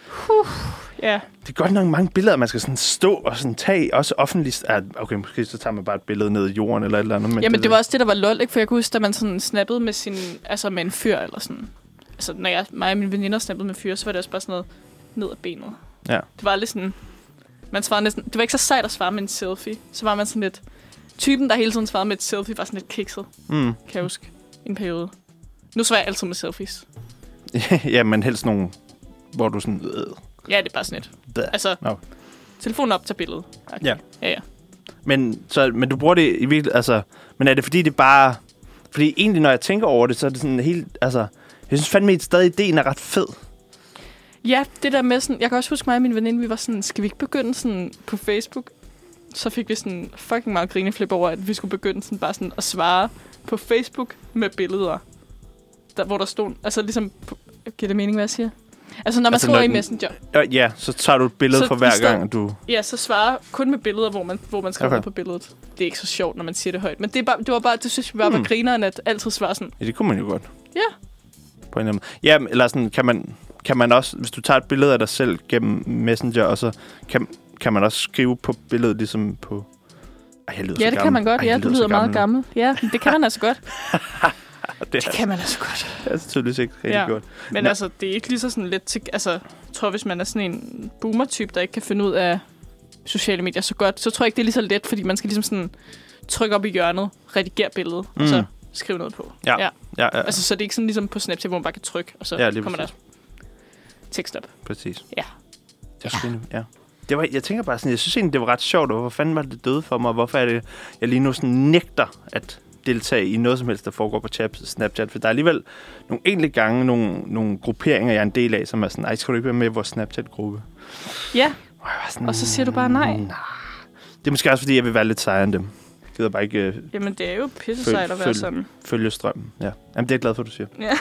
Ja. Det er godt nok mange billeder, man skal sådan stå og sådan tage, også offentligt. Okay, måske så tager man bare et billede ned i jorden eller et eller andet. Men Jamen, det var også det, der var lol, ikke? For jeg kunne huske, da man sådan snappede med med en fyr eller sådan. Altså, når mig og mine veninder snappede med fyr, så var det også bare sådan noget ned ad benet. Ja. Det var aldrig sådan... Man svarede næsten... Det var ikke så sejt at svare med en selfie. Så var man sådan lidt... Typen, der hele tiden svarede med et selfie, var sådan lidt kikset. Kan jeg huske. En periode. Nu svarer jeg altid med selfies. Ja, men helst nogle, hvor du sådan... Ja, det er bare sådan et. Altså, telefonen op til billedet. Okay. Ja. Men du bruger det i virkeligheden... Altså, men er det fordi, det bare... Fordi egentlig, når jeg tænker over det, så er det sådan helt... Altså, jeg synes fandme, at stadig ideen er ret fed. Ja, det der med sådan... Jeg kan også huske mig og min veninde, vi var sådan... Skal vi ikke begynde sådan på Facebook? Så fik vi sådan fucking meget grineflip over, at vi skulle begynde sådan bare sådan at svare på Facebook med billeder. Hvor der stod... Altså ligesom... Giver det mening, hvad jeg siger? Altså, når man skriver i Messenger. Ja, så tager du et billede for hver gang, du... Ja, så svarer kun med billeder, hvor man skriver på billedet. Det er ikke så sjovt, når man siger det højt. Men det var bare, det synes vi bare var grineren, at altid svare sådan. Ja, det kunne man jo godt. Ja. På en eller anden måde. Ja, eller sådan, kan man også... Hvis du tager et billede af dig selv gennem Messenger, og så kan man også skrive på billedet, ligesom på... Jeg lyder ja, det kan man godt. Ja, du lyder meget gammel. Ja, det kan man altså godt. det kan man altså godt. Det er altså tydeligvis ikke rigtig godt. Men altså, det er ikke lige så sådan let til... Altså, jeg tror, hvis man er sådan en boomer-type, der ikke kan finde ud af sociale medier så godt, så tror jeg ikke, det er lige så let, fordi man skal ligesom sådan trykke op i hjørnet, redigere billedet, og så skrive noget på. Ja. Altså, så det er ikke sådan ligesom på Snapchat, hvor man bare kan trykke, og så kommer der tekst op. Præcis. Ja. Det var, jeg tænker bare sådan, jeg synes egentlig, det var ret sjovt, og hvor fanden var det døde for mig, og hvorfor er det, jeg lige nu sådan nægter at deltage i noget som helst, der foregår på Snapchat, for der er alligevel nogle enkelte gange nogle grupperinger, jeg er en del af, som er sådan, skal du ikke være med i vores Snapchat-gruppe? Ja, sådan, og så siger du bare nej. Det er måske også, fordi jeg vil være lidt sejere end dem. Jeg gider bare ikke... Jamen, det er jo pisse sejt at være sådan. Følge strømmen, ja. Jamen, det er jeg glad for, du siger. Ja.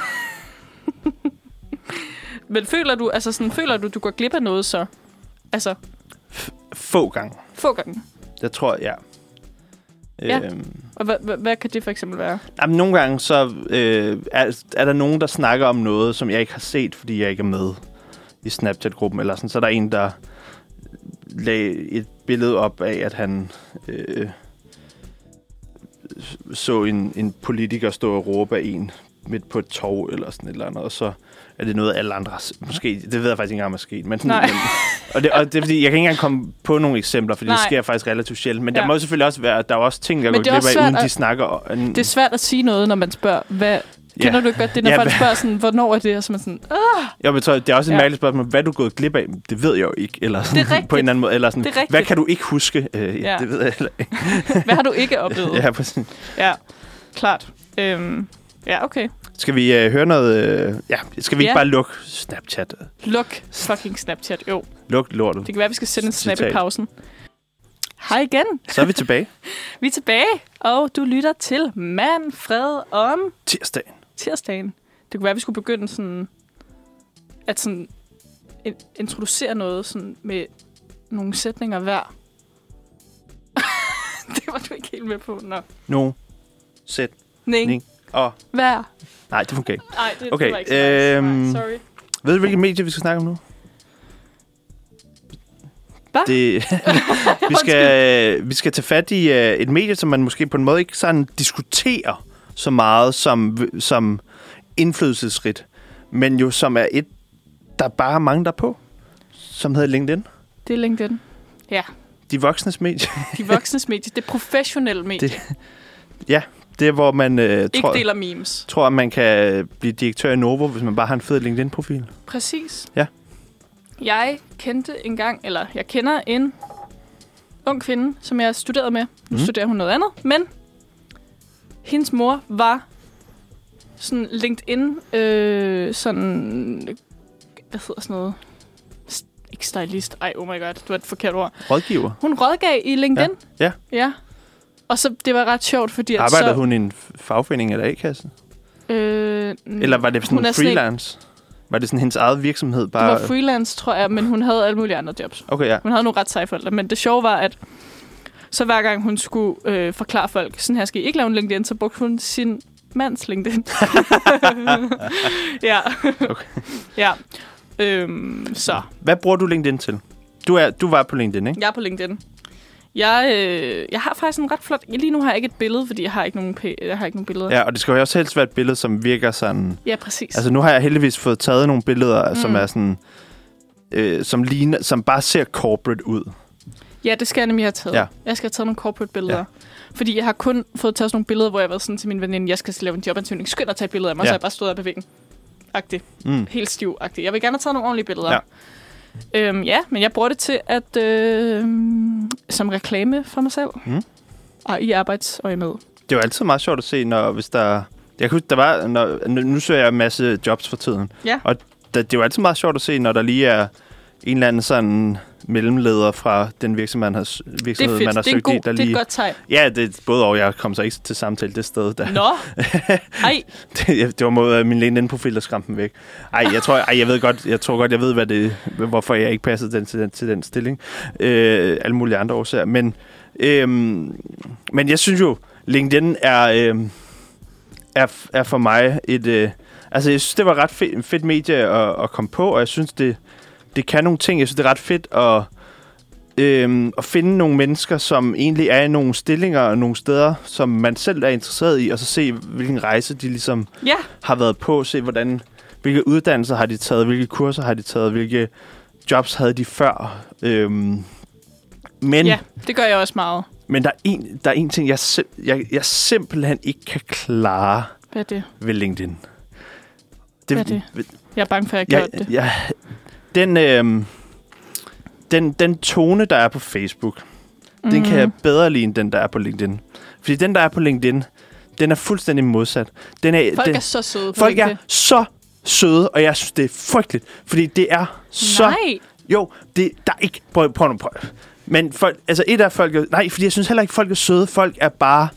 Men føler du går glip af noget så? Altså... Få gange. Få gange? Jeg tror, ja. Ja. Og hvad kan det for eksempel være? Jamen, nogle gange så er der nogen, der snakker om noget, som jeg ikke har set, fordi jeg ikke er med i Snapchat-gruppen. Eller sådan. Så er der en, der lagde et billede op af, at han så en politiker stå og råbe af en midt på et torv eller sådan et eller andet. Og så er det noget, alle andre... Måske, det ved jeg faktisk ikke engang, hvad er sket. Men sådan, og det er fordi, jeg kan ikke engang komme på nogle eksempler, fordi det sker faktisk relativt sjældent. Men der må selvfølgelig også være... Der er også ting, der går glip af, uden de snakker... Det er svært at sige noget, når man spørger, hvad... Kender du godt det, når folk spørger sådan, hvornår er det? Og så man sådan, Jeg tror, det er også et mærkeligt spørgsmål. Hvad er du gået glip af? Det ved jeg jo ikke. Eller sådan, det er rigtigt. På en eller anden måde. Eller sådan, det er rigtigt. Hvad kan du ikke huske? Det ved jeg heller ikke. Hvad har du ikke oplevet? Ja, præcis. Ja, klart. Ja, okay. Skal vi høre noget... skal vi ikke bare lukke Snapchat? Luk fucking Snapchat, jo. Luk lortet. Det kan være, vi skal sende en snap i pausen. Hej igen. Så er vi tilbage. Vi er tilbage, og du lytter til Manfred om... Tirsdagen. Det kunne være, vi skulle begynde sådan... At sådan... Introducere noget sådan med nogle sætninger hver. Det var du ikke helt med på, nå. No. Sætning. Og... Hver. Nej, det fungerer ikke. Nej, det var ikke så nice. Sorry. Ved du, hvilket medie vi skal snakke om nu? Hvad? Vi skal tage fat i et medie, som man måske på en måde ikke sådan diskuterer så meget som indflydelsesrigt, men jo som er et, der bare er mange der på, som hedder LinkedIn. Det er LinkedIn, ja. De voksnes medie. De voksnes medie, det professionelle medie. Det er, hvor man deler memes. Tror, at man kan blive direktør i Novo, hvis man bare har en fed LinkedIn-profil. Præcis. Ja. Jeg kender en ung kvinde, som jeg studerede med. Nu studerer hun noget andet, men hendes mor var sådan LinkedIn, sådan, hvad hedder sådan noget? Ikke stylist. Ej, oh my god, det var et forkert ord. Rådgiver. Hun rådgav i LinkedIn. Ja. Og så, det var ret sjovt, fordi... Arbejdede hun i en fagforening eller A-kasse? Eller var det sådan en freelance? Var det sådan hendes eget virksomhed? Bare... Det var freelance, tror jeg, men hun havde alle mulige andre jobs. Okay, ja. Hun havde nogle ret seje forældre, men det sjove var, at så hver gang hun skulle forklare folk, sådan her skal I ikke lave en LinkedIn, så brugte hun sin mands LinkedIn. Ja. Okay. Ja. Så. Hvad bruger du LinkedIn til? Du var på LinkedIn, ikke? Jeg er på LinkedIn. Jeg har faktisk en ret flot... Lige nu har jeg ikke et billede, fordi jeg har ikke nogen billeder. Ja, og det skal jo også helst være et billede, som virker sådan... Ja, præcis. Altså, nu har jeg heldigvis fået taget nogle billeder, som er sådan... som bare ser corporate ud. Ja, det skal jeg nemlig have taget. Ja. Jeg skal have taget nogle corporate billeder. Ja. Fordi jeg har kun fået taget sådan nogle billeder, hvor jeg har været sådan til min veninde, jeg skal lave en jobansøgning. Skynd at tage et billede af mig, så jeg bare stået op ad væggen. Agtig. Helt stiv-agtig. Jeg vil gerne have taget nogle ordentlige billeder. Ja. Men jeg bruger det til at som reklame for mig selv. Og i arbejdsøje med. Det er jo altid meget sjovt at se, hvis der... Jeg kan huske, der var... Nu søger jeg en masse jobs for tiden. Ja. Og det er jo altid meget sjovt at se, når der lige er en eller anden sådan mellemleder fra den virksomhed, man har søgt i. Det er et godt tegn. Ja, det er både og. Jeg kom så ikke til samtale det sted. Der. Nå, ej. det var mod min LinkedIn-profil, der skræmte dem væk. Jeg tror godt, jeg ved, hvorfor jeg ikke passede til den stilling. Alle mulige andre årsager. Men jeg synes jo, LinkedIn er for mig et... altså, jeg synes, det var ret fedt medie at komme på, og jeg synes, det kan nogle ting. Jeg synes, det er ret fedt at finde nogle mennesker, som egentlig er i nogle stillinger og nogle steder, som man selv er interesseret i, og så se, hvilken rejse de ligesom har været på. Se, hvilke uddannelser har de taget, hvilke kurser har de taget, hvilke jobs havde de før. Men, ja, det gør jeg også meget. Men der er en ting, jeg simpelthen ikke kan klare. Hvad er det? Ved LinkedIn. Hvad er det? Jeg er bange for, at jeg har gjort det. Den tone, der er på Facebook, den kan jeg bedre lide, end den, der er på LinkedIn. Fordi den, der er på LinkedIn, den er fuldstændig modsat. Folk er så søde. Folk er så søde, og jeg synes, det er frygteligt. Fordi det er så... Nej! Jo, der er ikke... Prøv. Men folk... Altså, et af folk... Nej, fordi jeg synes heller ikke, folk er søde. Folk er bare...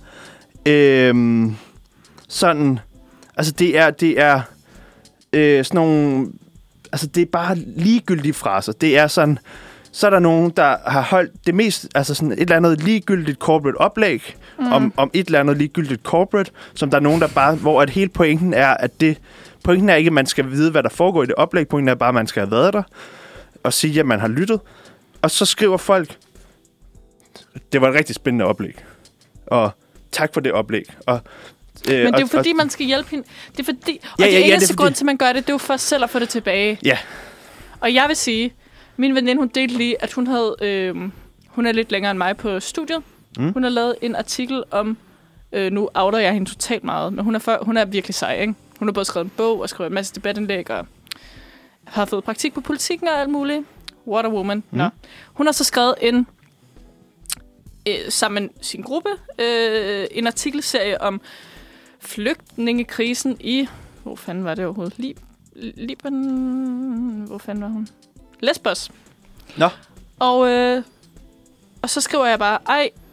sådan... Altså, det er sådan nogle... Altså, det er bare ligegyldige fraser. Det er sådan... Så er der nogen, der har holdt det mest... Altså, sådan et eller andet ligegyldigt corporate oplæg om et eller andet ligegyldigt corporate, som der er nogen, der bare... Hvor at hele pointen er, at det... Pointen er ikke, at man skal vide, hvad der foregår i det oplæg. Pointen er bare, at man skal have været der og sige, at man har lyttet. Og så skriver folk... Det var et rigtig spændende oplæg. Og tak for det oplæg. Og men det er jo fordi, man skal hjælpe hende. Det er fordi... Og det eneste grund til, man gør det, det er jo for selv at få det tilbage. Ja. Og jeg vil sige, min veninde, hun delte lige, at hun havde... hun er lidt længere end mig på studiet. Hun har lavet en artikel om... nu outer jeg hende totalt meget, men hun er virkelig sej, ikke? Hun har både skrevet en bog og skrevet en masse debatindlæg, og har fået praktik på politikken og alt muligt. What a woman. Nå. Hun har så skrevet sammen med sin gruppe en artikelserie om flygtningekrisen i... Hvor fanden var det overhovedet? Libanon... Hvor fanden var hun? Lesbos. Nå. Og så skriver jeg bare,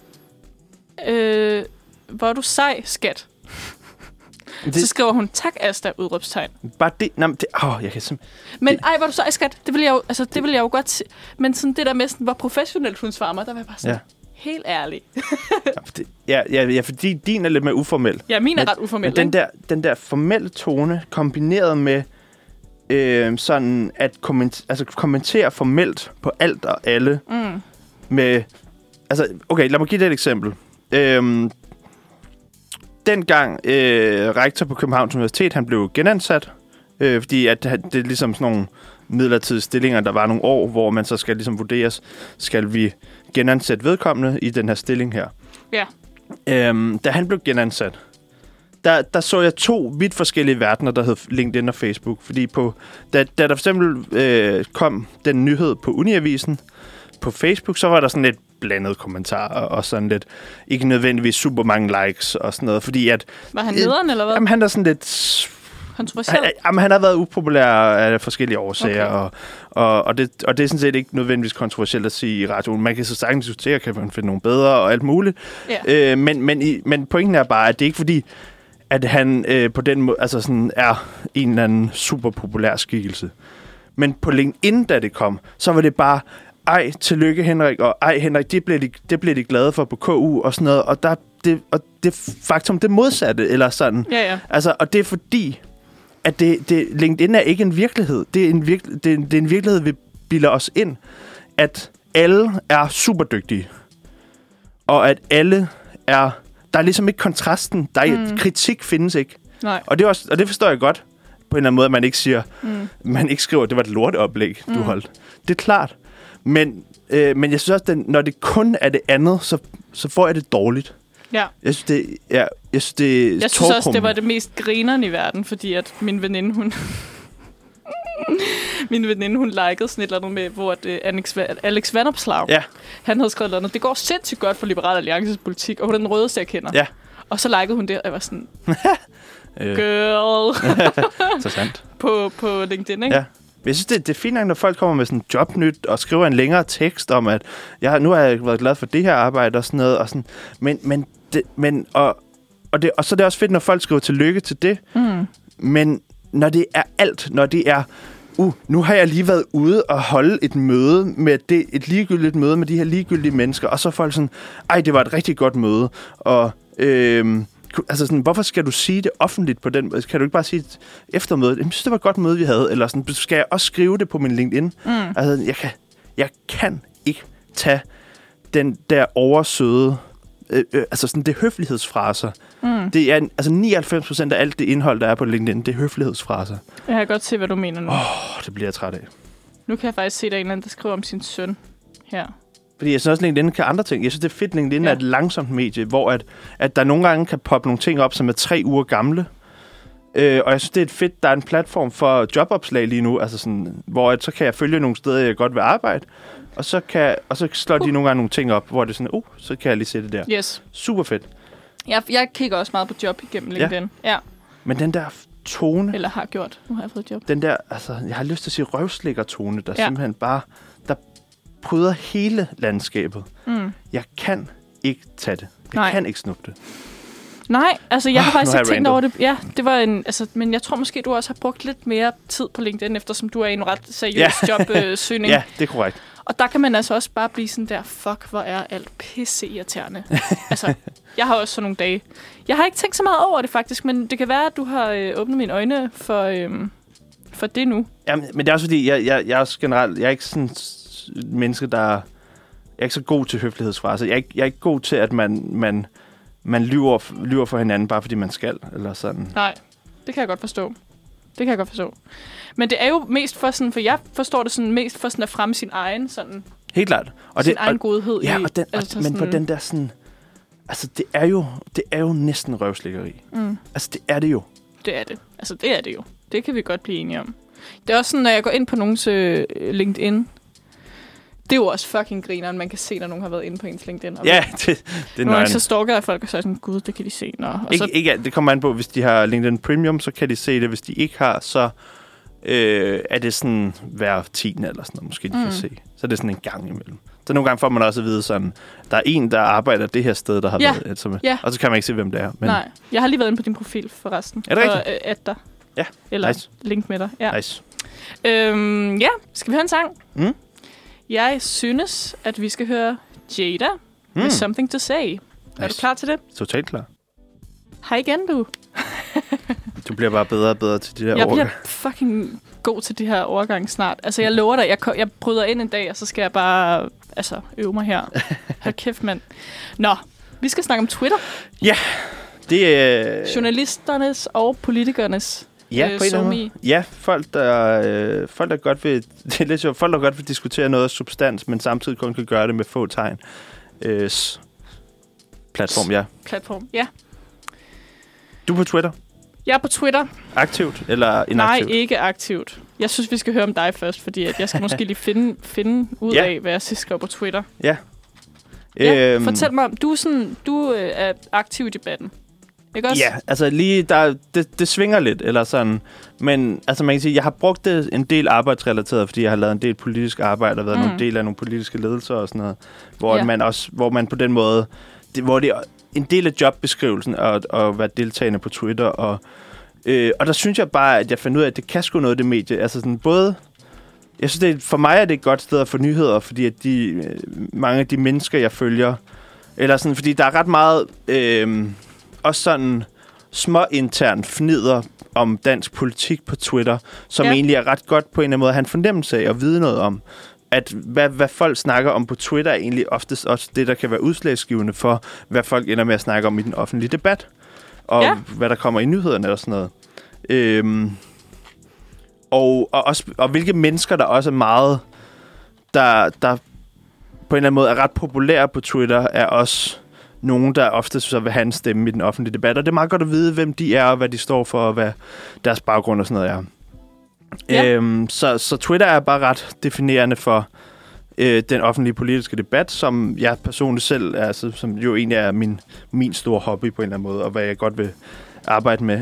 hvor er du sej, skat. Så skriver hun, tak Asta, udråbstegn. Bare det... Nej, men det... jeg kan simpelthen... Men hvor er du sej, skat. Det vil jeg jo godt... Men sådan det der med, hvor professionelt hun svarer mig, der var jeg bare sådan... Ja. Helt ærlig. ja, fordi din er lidt mere uformel. Ja, min er ret uformel. Men den der formelle tone, kombineret med sådan at kommentere formelt på alt og alle. Med... Altså, okay, lad mig give dig et eksempel. Dengang rektor på Københavns Universitet, han blev genansat, fordi at det er ligesom sådan nogle midlertidige stillinger, der var nogle år, hvor man så skal ligesom vurderes, skal vi genansætte vedkommende i den her stilling her. Ja. Da han blev genansat, der så jeg 2 vidt forskellige verdener, der hed LinkedIn og Facebook. Fordi da der for eksempel kom den nyhed på Uniavisen på Facebook, så var der sådan lidt blandede kommentarer og sådan lidt, ikke nødvendigvis super mange likes og sådan noget, fordi at... Var han nederen, eller hvad? Jamen, han er sådan lidt... Kontroversiel? Han har været upopulær af forskellige årsager, okay. og det er sådan set ikke nødvendigvis kontroversielt at sige i radioen. Man kan så sagtens diskutere, kan man finde nogle bedre og alt muligt. Yeah. Men pointen er bare, at det er ikke fordi, at han på den måde altså sådan er en eller anden super populær skikkelse. Men på LinkedIn, da det kom, så var det bare... tillykke Henrik, og Henrik, det blev de glade for på KU og sådan noget, og det faktum det modsatte, eller sådan. Ja. Altså, og det er fordi, at LinkedIn er ikke en virkelighed. Det er en virkelighed, vi bilder os ind, at alle er superdygtige. Og at alle er... Der er ligesom ikke kontrasten. Kritik findes ikke. Nej. Og det forstår jeg godt på en eller anden måde, at man ikke siger... Man ikke skriver, at det var et lorteoplæg, du holdt. Det er klart. Men jeg synes også, at når det kun er det andet, så får jeg det dårligt. Ja. Jeg synes, jeg synes også, det var det mest grinerne i verden, fordi at min veninde, hun... hun likede sådan et eller andet med, hvor Alex Vanopslagh, han havde skrevet noget. Det går sindssygt godt for Liberal Alliances politik, og hun er den rødeste, jeg kender. Ja. Og så likede hun det, og jeg var sådan... Girl. Interessant. på LinkedIn, ikke? Ja. Jeg synes, det er fint nok, når folk kommer med sådan jobnyt og skriver en længere tekst om, at nu har jeg været glad for det her arbejde og sådan noget. Og sådan. Og så er det også fedt, når folk skriver tillykke til det. Men når det er alt, når det er, nu har jeg lige været ude og holde et møde med et ligegyldigt møde med de her ligegyldige mennesker, og så er folk sådan, det var et rigtig godt møde. Og altså sådan, hvorfor skal du sige det offentligt på den måde? Kan du ikke bare sige efter mødet, jeg synes, det var et godt møde, vi havde, eller sådan, skal jeg også skrive det på min LinkedIn? Altså, jeg kan ikke tage den der oversøde, altså sådan, det er høflighedsfraser. Det er altså 99% af alt det indhold, der er på LinkedIn, det er høflighedsfraser. Jeg kan godt se, hvad du mener nu. Det bliver jeg træt af. Nu kan jeg faktisk se, der er en eller anden, der skriver om sin søn her. Fordi jeg synes også, LinkedIn kan andre ting. Jeg synes, det er fedt, LinkedIn er et langsomt medie, hvor at der nogle gange kan poppe nogle ting op, som er 3 uger gamle. Og jeg synes, det er fedt, der er en platform for jobopslag lige nu, altså sådan, hvor så kan jeg følge nogle steder, jeg godt vil arbejde, og så slår de nogle gange nogle ting op, hvor det er sådan, så kan jeg lige se det der. Yes. Super fedt. Jeg kigger også meget på job igennem LinkedIn. Ja. Men den der tone... Eller har gjort. Nu har jeg fået job. Den der, altså, jeg har lyst til at sige røvslikkertone, der simpelthen bare... Der bryder hele landskabet. Jeg kan ikke tage det. Jeg kan ikke snuppe det. Nej, altså jeg har faktisk ikke tænkt over det. Ja, det var men jeg tror måske, du også har brugt lidt mere tid på LinkedIn, eftersom du er i en ret seriøs jobsøgning. Ja, det er korrekt. Og der kan man altså også bare blive sådan der, fuck, hvor er alt pisseirriterende. Altså, jeg har også sådan nogle dage. Jeg har ikke tænkt så meget over det faktisk, men det kan være, at du har åbnet mine øjne for det nu. Ja, men det er også fordi, jeg er også generelt, jeg er ikke sådan menneske, der... Jeg er ikke så god til høflighedsfraser. Jeg er ikke god til, at man lyver for hinanden, bare fordi man skal, eller sådan. Nej, det kan jeg godt forstå. Men det er jo mest for sådan, for jeg forstår det sådan, mest for sådan at fremme sin egen sådan... Helt klart. Og sin egen godhed. Ja, men på den der sådan... Altså, det er jo næsten røvslikkeri. Altså, det er det jo. Det er det. Altså, det er det jo. Det kan vi godt blive enige om. Det er også sådan, når jeg går ind på nogens LinkedIn, det er jo også fucking grineren, man kan se, når nogen har været inde på ens LinkedIn. Og det er nogle gange så stalker jeg folk, og så er sådan, gud, det kan de se. Ikke, det kommer an på, hvis de har LinkedIn Premium, så kan de se det. Hvis de ikke har, så er det sådan hver 10. eller sådan noget, måske de kan se. Så er det sådan en gang imellem. Så nogle gange får man også at vide sådan, der er en, der arbejder det her sted, der har været. Og så kan man ikke se, hvem det er. Men... Nej, jeg har lige været inde på din profil forresten. Er det rigtigt? Og dig. Ja, eller nice. Link med dig. Ja. Nice. Skal vi høre en sang? Jeg synes, at vi skal høre Jada med Something to Say. Nice. Er du klar til det? Totalt klar. Hej igen, du. Du bliver bare bedre og bedre til de der overgang. Jeg bliver fucking god til de her overgang snart. Altså, jeg lover dig, jeg bryder ind en dag, og så skal jeg bare øve mig her. Hold kæft, mand. Nå, vi skal snakke om Twitter. Ja, det er... Journalisternes og politikernes... Ja, på en eller anden måde. Ja, folk der godt vil, det er lidt sjovt, folk der godt vil diskutere noget af substans, men samtidig kun kan gøre det med få tegn. Platform, ja. Platform, ja. Du er på Twitter? Jeg er på Twitter. Aktivt eller inaktivt? Nej, ikke aktivt. Jeg synes, vi skal høre om dig først, fordi at jeg skal måske lige finde ud af, hvad jeg sidst skrev på Twitter. Ja. Fortæl mig om, du er aktiv i debatten. Ikke også? Ja, altså lige det svinger lidt, eller sådan. Men altså man kan sige, jeg har brugt det en del arbejdsrelateret, fordi jeg har lavet en del politisk arbejde, og været en del af nogle politiske ledelser og sådan noget, hvor man på den måde, hvor det er en del af jobbeskrivelsen at være deltagende på Twitter, og der synes jeg bare, at jeg fandt ud af, at det kan sgu noget, det medie. Altså sådan både... Jeg synes, for mig er det et godt sted at få nyheder, fordi at mange af de mennesker, jeg følger, eller sådan, fordi der er ret meget... også sådan små intern fnider om dansk politik på Twitter, som egentlig er ret godt på en eller anden måde at have en fornemmelse af at vide noget om. At hvad folk snakker om på Twitter er egentlig oftest også det, der kan være udslagsgivende for, hvad folk ender med at snakke om i den offentlige debat. Og hvad der kommer i nyhederne og sådan noget. Og hvilke mennesker, der også er meget, der på en eller anden måde er ret populære på Twitter, er også nogen, der ofte så vil have en stemme i den offentlige debat. Og det er meget godt at vide, hvem de er, og hvad de står for, og hvad deres baggrund og sådan noget er. Ja. Så Twitter er bare ret definerende for den offentlige politiske debat, som jeg personligt selv, altså, som jo egentlig er min store hobby på en eller anden måde, og hvad jeg godt vil arbejde med.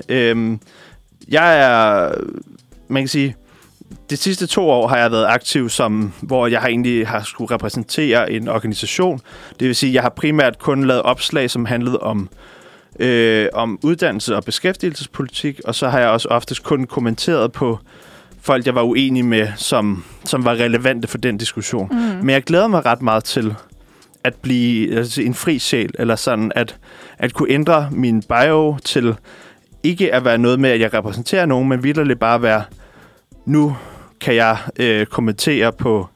Man kan sige, de sidste 2 år har jeg været aktiv, hvor jeg egentlig har skulle repræsentere en organisation. Det vil sige, at jeg har primært kun lavet opslag, som handlede om uddannelse og beskæftigelsespolitik, og så har jeg også oftest kun kommenteret på folk, jeg var uenig med, som var relevante for den diskussion. Men jeg glæder mig ret meget til at blive en fri sjæl, eller sådan, at kunne ændre min bio til ikke at være noget med, at jeg repræsenterer nogen, men vitterligt bare være, nu kan jeg kommentere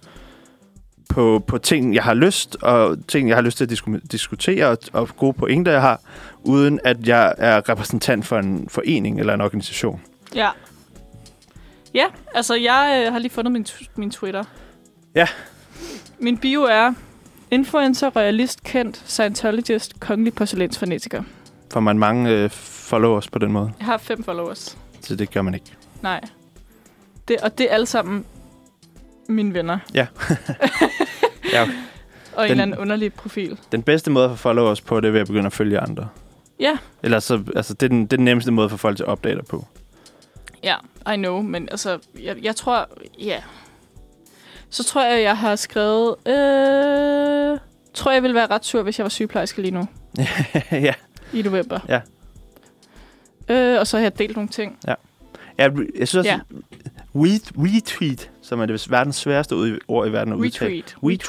på ting, jeg har lyst, og ting, jeg har lyst til at diskutere, og gode pointer, jeg har, uden at jeg er repræsentant for en forening eller en organisation. Ja. Ja, altså jeg har lige fundet min Twitter. Ja. Min bio er influencer, realist, kendt, Scientologist, kongelig porcelænsfanatiker. Får man mange followers på den måde? Jeg har 5 followers. Så det gør man ikke. Nej. Og det er alle sammen mine venner. Ja. Ja. Og en eller anden underlig profil. Den bedste måde at få followers på, det er ved at begynde at følge andre. Ja. Eller så, altså, det er den nemmeste måde for folk til at opdage dig på. Ja, I know, men altså, jeg tror, så tror jeg har skrevet, tror jeg ville være ret sur, hvis jeg var sygeplejerske lige nu. Ja. I november. Ja. Og så har jeg delt nogle ting. Ja. Jeg synes også, retweet, som er det verdens sværeste ord i verden at udtale.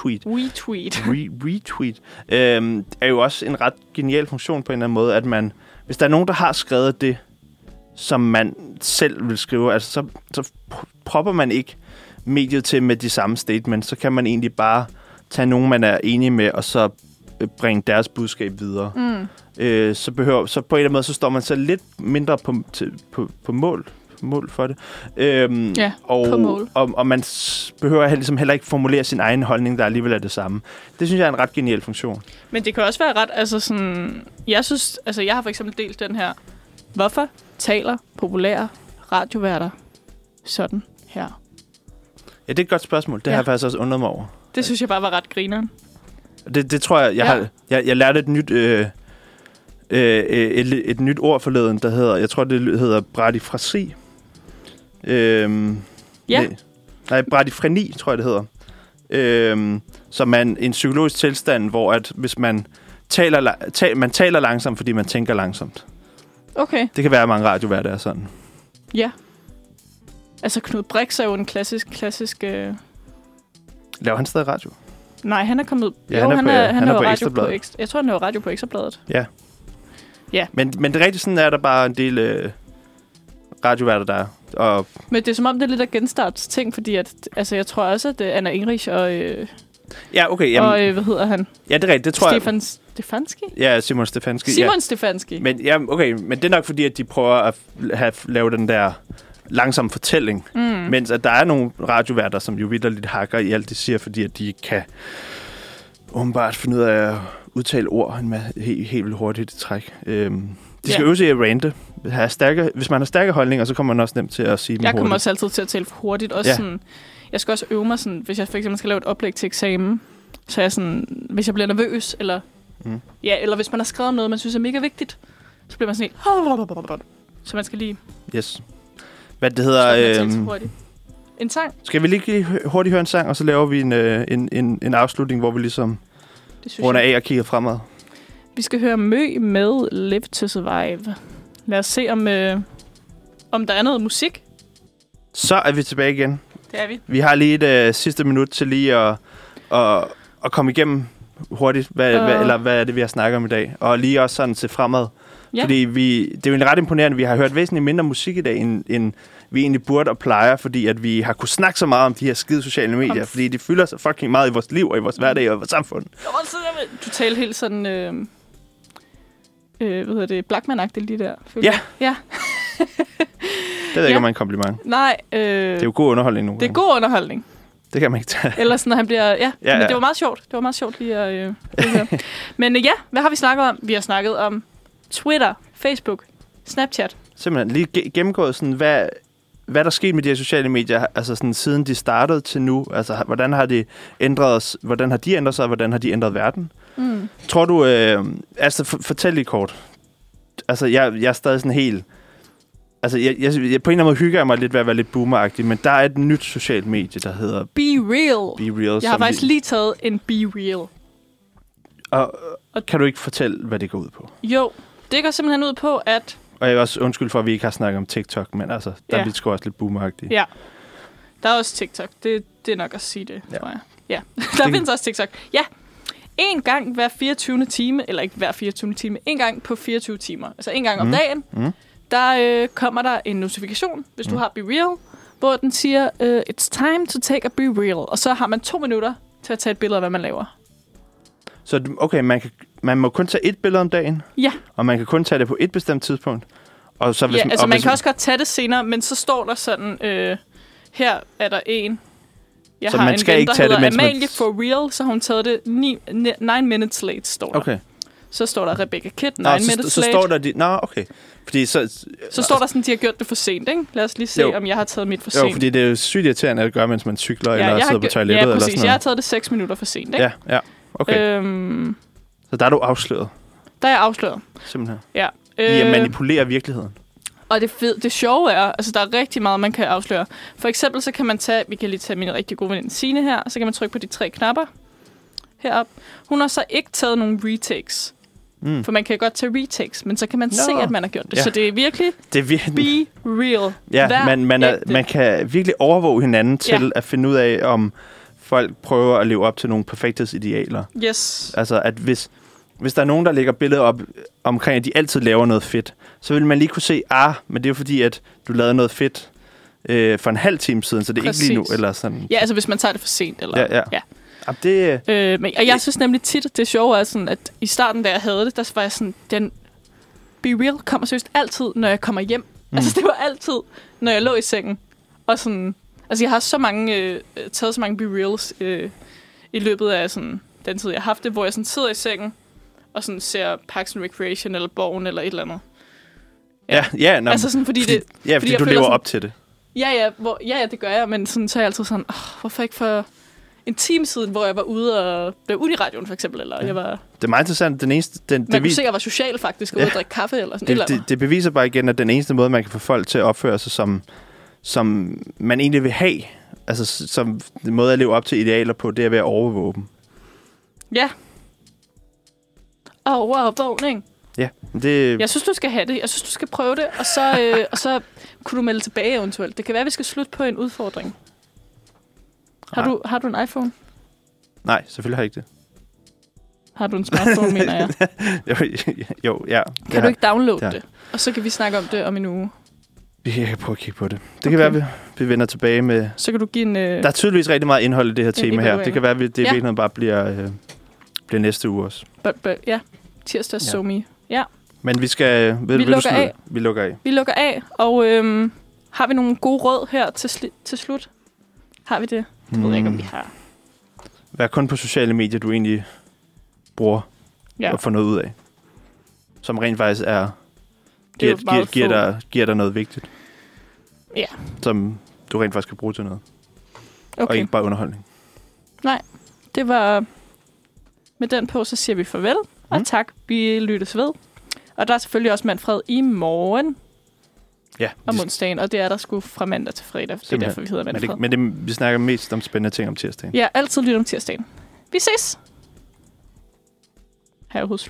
Retweet. Er jo også en ret genial funktion på en eller anden måde, at hvis der er nogen, der har skrevet det, som man selv vil skrive, altså så propper man ikke mediet til med de samme statements, så kan man egentlig bare tage nogen, man er enig med, og så bringe deres budskab videre. Så på en eller anden måde, så står man så lidt mindre på mål for det. På mål. Og man behøver ligesom heller ikke formulere sin egen holdning, der alligevel er det samme. Det synes jeg er en ret genial funktion. Men det kan også være ret, altså sådan, jeg synes, altså jeg har for eksempel delt den her, hvorfor taler populære radioværter sådan her? Ja, det er et godt spørgsmål. Det har jeg faktisk også undret mig over. Det synes jeg bare var ret grineren. Det tror jeg lærte et nyt ord forleden, der hedder, jeg tror det hedder bradifrasi. Bradifreni, tror jeg det hedder. Som er en psykologisk tilstand, hvor at hvis man taler langsomt, fordi man tænker langsomt. Okay. Det kan være, at mange radioværter er sådan. Ja. Altså Knud Brix er jo en klassisk... Laver han stadig radio? Nej, han er kommet... Ja, han er på Ekstrabladet. Jeg tror, han laver radio på Ekstrabladet. Ja. Ja. Men det er rigtigt, sådan er der bare en del radioværter, der er. Og men det er som om, det er lidt af genstarts ting, fordi at, altså, jeg tror også, at Anna Ingrich og... ja, okay. Jamen, og hvad hedder han? Ja, det er rigtigt, det tror jeg. Stefanski? Ja, Simon Stefanski. Stefanski. Men, ja, okay, men det er nok fordi, at de prøver at lave den der langsom fortælling. Mens at der er nogle radioværter, som jo vitterligt hakker i alt, de siger, fordi at de kan åbenbart finde ud af at udtale ord helt vildt hurtigt i træk. De skal øve sig i at rante. Hvis man har stærke holdninger, så kommer man også nemt til at sige dem hurtigt. Jeg kommer også altid til at tale for hurtigt. Også sådan, jeg skal også øve mig, sådan, hvis jeg for eksempel skal lave et oplæg til eksamen, så er jeg sådan, hvis jeg bliver nervøs, eller hvis man har skrevet noget, man synes er mega vigtigt, så bliver man sådan helt... Så man skal lige... Yes. Hvad det hedder... En sang. Skal vi lige hurtigt høre en sang, og så laver vi en afslutning, hvor vi ligesom runder af og kigger fremad? Vi skal høre Mø med Live to Survive. Lad os se, om der er noget musik. Så er vi tilbage igen. Det er vi. Vi har lige et sidste minut til lige at komme igennem hurtigt, hvad er det, vi har snakket om i dag. Og lige også sådan til fremad, Ja. Fordi det er jo egentlig ret imponerende. Vi har hørt væsentligt mindre musik i dag, end vi egentlig burde og plejer, fordi at vi har kunnet snakke så meget om de her skide sociale medier, fordi de fylder så fucking meget i vores liv og i vores hverdag og i vores samfund. Du talte helt sådan, hvad hedder det, Blackman-agtigt lige der. Ja. Ja. Det ved jeg ikke, om man en kompliment. Nej. Det er jo god underholdning nogle gange. Det er god underholdning. Det kan man ikke tage. Eller sådan, når han bliver... Ja, men det var meget sjovt. Det var meget sjovt lige at høre. Men hvad har vi snakket om? Vi har snakket om Twitter, Facebook, Snapchat. Simpelthen lige gennemgået sådan, hvad der er sket med de her sociale medier, altså sådan, siden de startede til nu. Altså, hvordan har de ændret sig, og hvordan har de ændret verden? Tror du... altså, fortæl lige kort. Altså, jeg er stadig sådan helt... Altså, jeg på en eller anden måde hygger jeg mig lidt ved at være lidt boomeragtig, men der er et nyt socialt medie, der hedder... Be Real. Jeg har faktisk lige taget en Be Real. Og kan du ikke fortælle, hvad det går ud på? Jo, det går simpelthen ud på, at... Og jeg er også undskyld for, at vi ikke har snakket om TikTok, men altså, der er vi sgu også lidt boomeragtige. Ja, der er også TikTok. Det er nok at sige det, tror jeg. Ja, der findes også TikTok. Ja, en gang hver 24. time, eller ikke hver 24. time, en gang på 24 timer, altså en gang om dagen, der kommer der en notifikation, hvis du har Be Real, hvor den siger, it's time to take a Be Real. Og så har man 2 minutter til at tage et billede af, hvad man laver. Så okay, man må kun tage et billede om dagen? Ja. Og man kan kun tage det på et bestemt tidspunkt? Og så, hvis, altså man kan også godt tage det senere, men så står der sådan, her er der en... Jeg så har man en skal ven, ikke der tage hedder det, Amalie for Real, så har hun taget det 9 minutes late, står der. Okay. Så står der Rebecca Kidd, 9 minutes late. Så står der... okay. Fordi så står der sådan, de har gjort det for sent, ikke? Lad os lige se, om jeg har taget mit for sent. Jo, fordi det er jo sygt irriterende at gøre, mens man cykler eller sidder på toilettet. Ja, præcis. Eller sådan Jeg har taget det 6 minutter for sent, ikke? Ja, okay. Så der er du afsløret? Der er jeg afsløret. Simpelthen? Ja. I at manipulere virkeligheden? Og det sjove er, altså der er rigtig meget, man kan afsløre. For eksempel så kan man vi kan lige tage min rigtig gode veninde Signe her, så kan man trykke på de 3 knapper heroppe. Hun har så ikke taget nogen retakes. For man kan godt tage retakes, men så kan man se, at man har gjort det. Ja. Så det er virkelig be real. Ja, man kan virkelig overvåge hinanden til at finde ud af, om folk prøver at leve op til nogle perfekthedsidealer. Yes. Altså, at hvis der er nogen, der lægger billeder op omkring, at de altid laver noget fedt, så vil man lige kunne se, men det er jo fordi, at du lavede noget fedt for en halv time siden, så det er ikke lige nu. Eller sådan. Ja, altså hvis man tager det for sent. Eller, ja. Men jeg synes nemlig tit, det sjove er sådan, at i starten, da jeg havde det, der var jeg sådan, den Be Real kommer seriøst altid, når jeg kommer hjem. Altså det var altid, når jeg lå i sengen. Og sådan, altså jeg har taget så mange Be Reals i løbet af sådan, den tid, jeg har haft det, hvor jeg sådan sidder i sengen, og sådan ser Parks and Recreation, eller Borgen, eller et eller andet. Ja. Altså sådan, fordi du lever op til det. Ja, det gør jeg, men sådan, så er jeg altid sådan, hvorfor ikke for en time siden, hvor jeg var ude og blev ude i radioen, for eksempel, eller jeg var... Det er meget interessant. Man kunne se, at jeg var social, faktisk, og ude og drikke kaffe, eller sådan det beviser bare igen, at den eneste måde, man kan få folk til at opføre sig, som man egentlig vil have, altså som den måde at leve op til idealer på, det er ved at overvåge dem. Ja. Overvågning. Ja, jeg synes, du skal have det. Jeg synes, du skal prøve det, og så kunne du melde tilbage eventuelt. Det kan være, at vi skal slutte på en udfordring. Har du en iPhone? Nej, selvfølgelig har jeg ikke det. Har du en smartphone, mener jeg? Jo, ja. Kan du ikke downloade det? Og så kan vi snakke om det om en uge. Vi kan prøve at kigge på det. Det kan være, at vi vender tilbage med... Så kan du give en... Der er tydeligvis rigtig meget indhold i det her tema her. Det kan være, at det i virkeligheden bare bliver næste uge også. Ja, tirsdag SoMe. Ja. Men vi skal... Vi lukker af. Vi lukker af, og har vi nogle gode råd her til slut? Har vi det? Det ved jeg ikke, om vi har. Vær kun på sociale medier, du egentlig bruger og får noget ud af. Som rent faktisk giver dig noget vigtigt. Ja. Som du rent faktisk kan bruge til noget. Okay. Og ikke bare underholdning. Nej, det var... Med den på, så siger vi farvel. Og tak, vi lyttes ved. Og der er selvfølgelig også Manfred i morgen. Ja. Om onsdagen, og det er der sgu fra mandag til fredag. Det er derfor, vi hedder Manfred. Men vi snakker mest om spændende ting om tirsdagen. Ja, altid lyt om tirsdagen. Vi ses! Her hos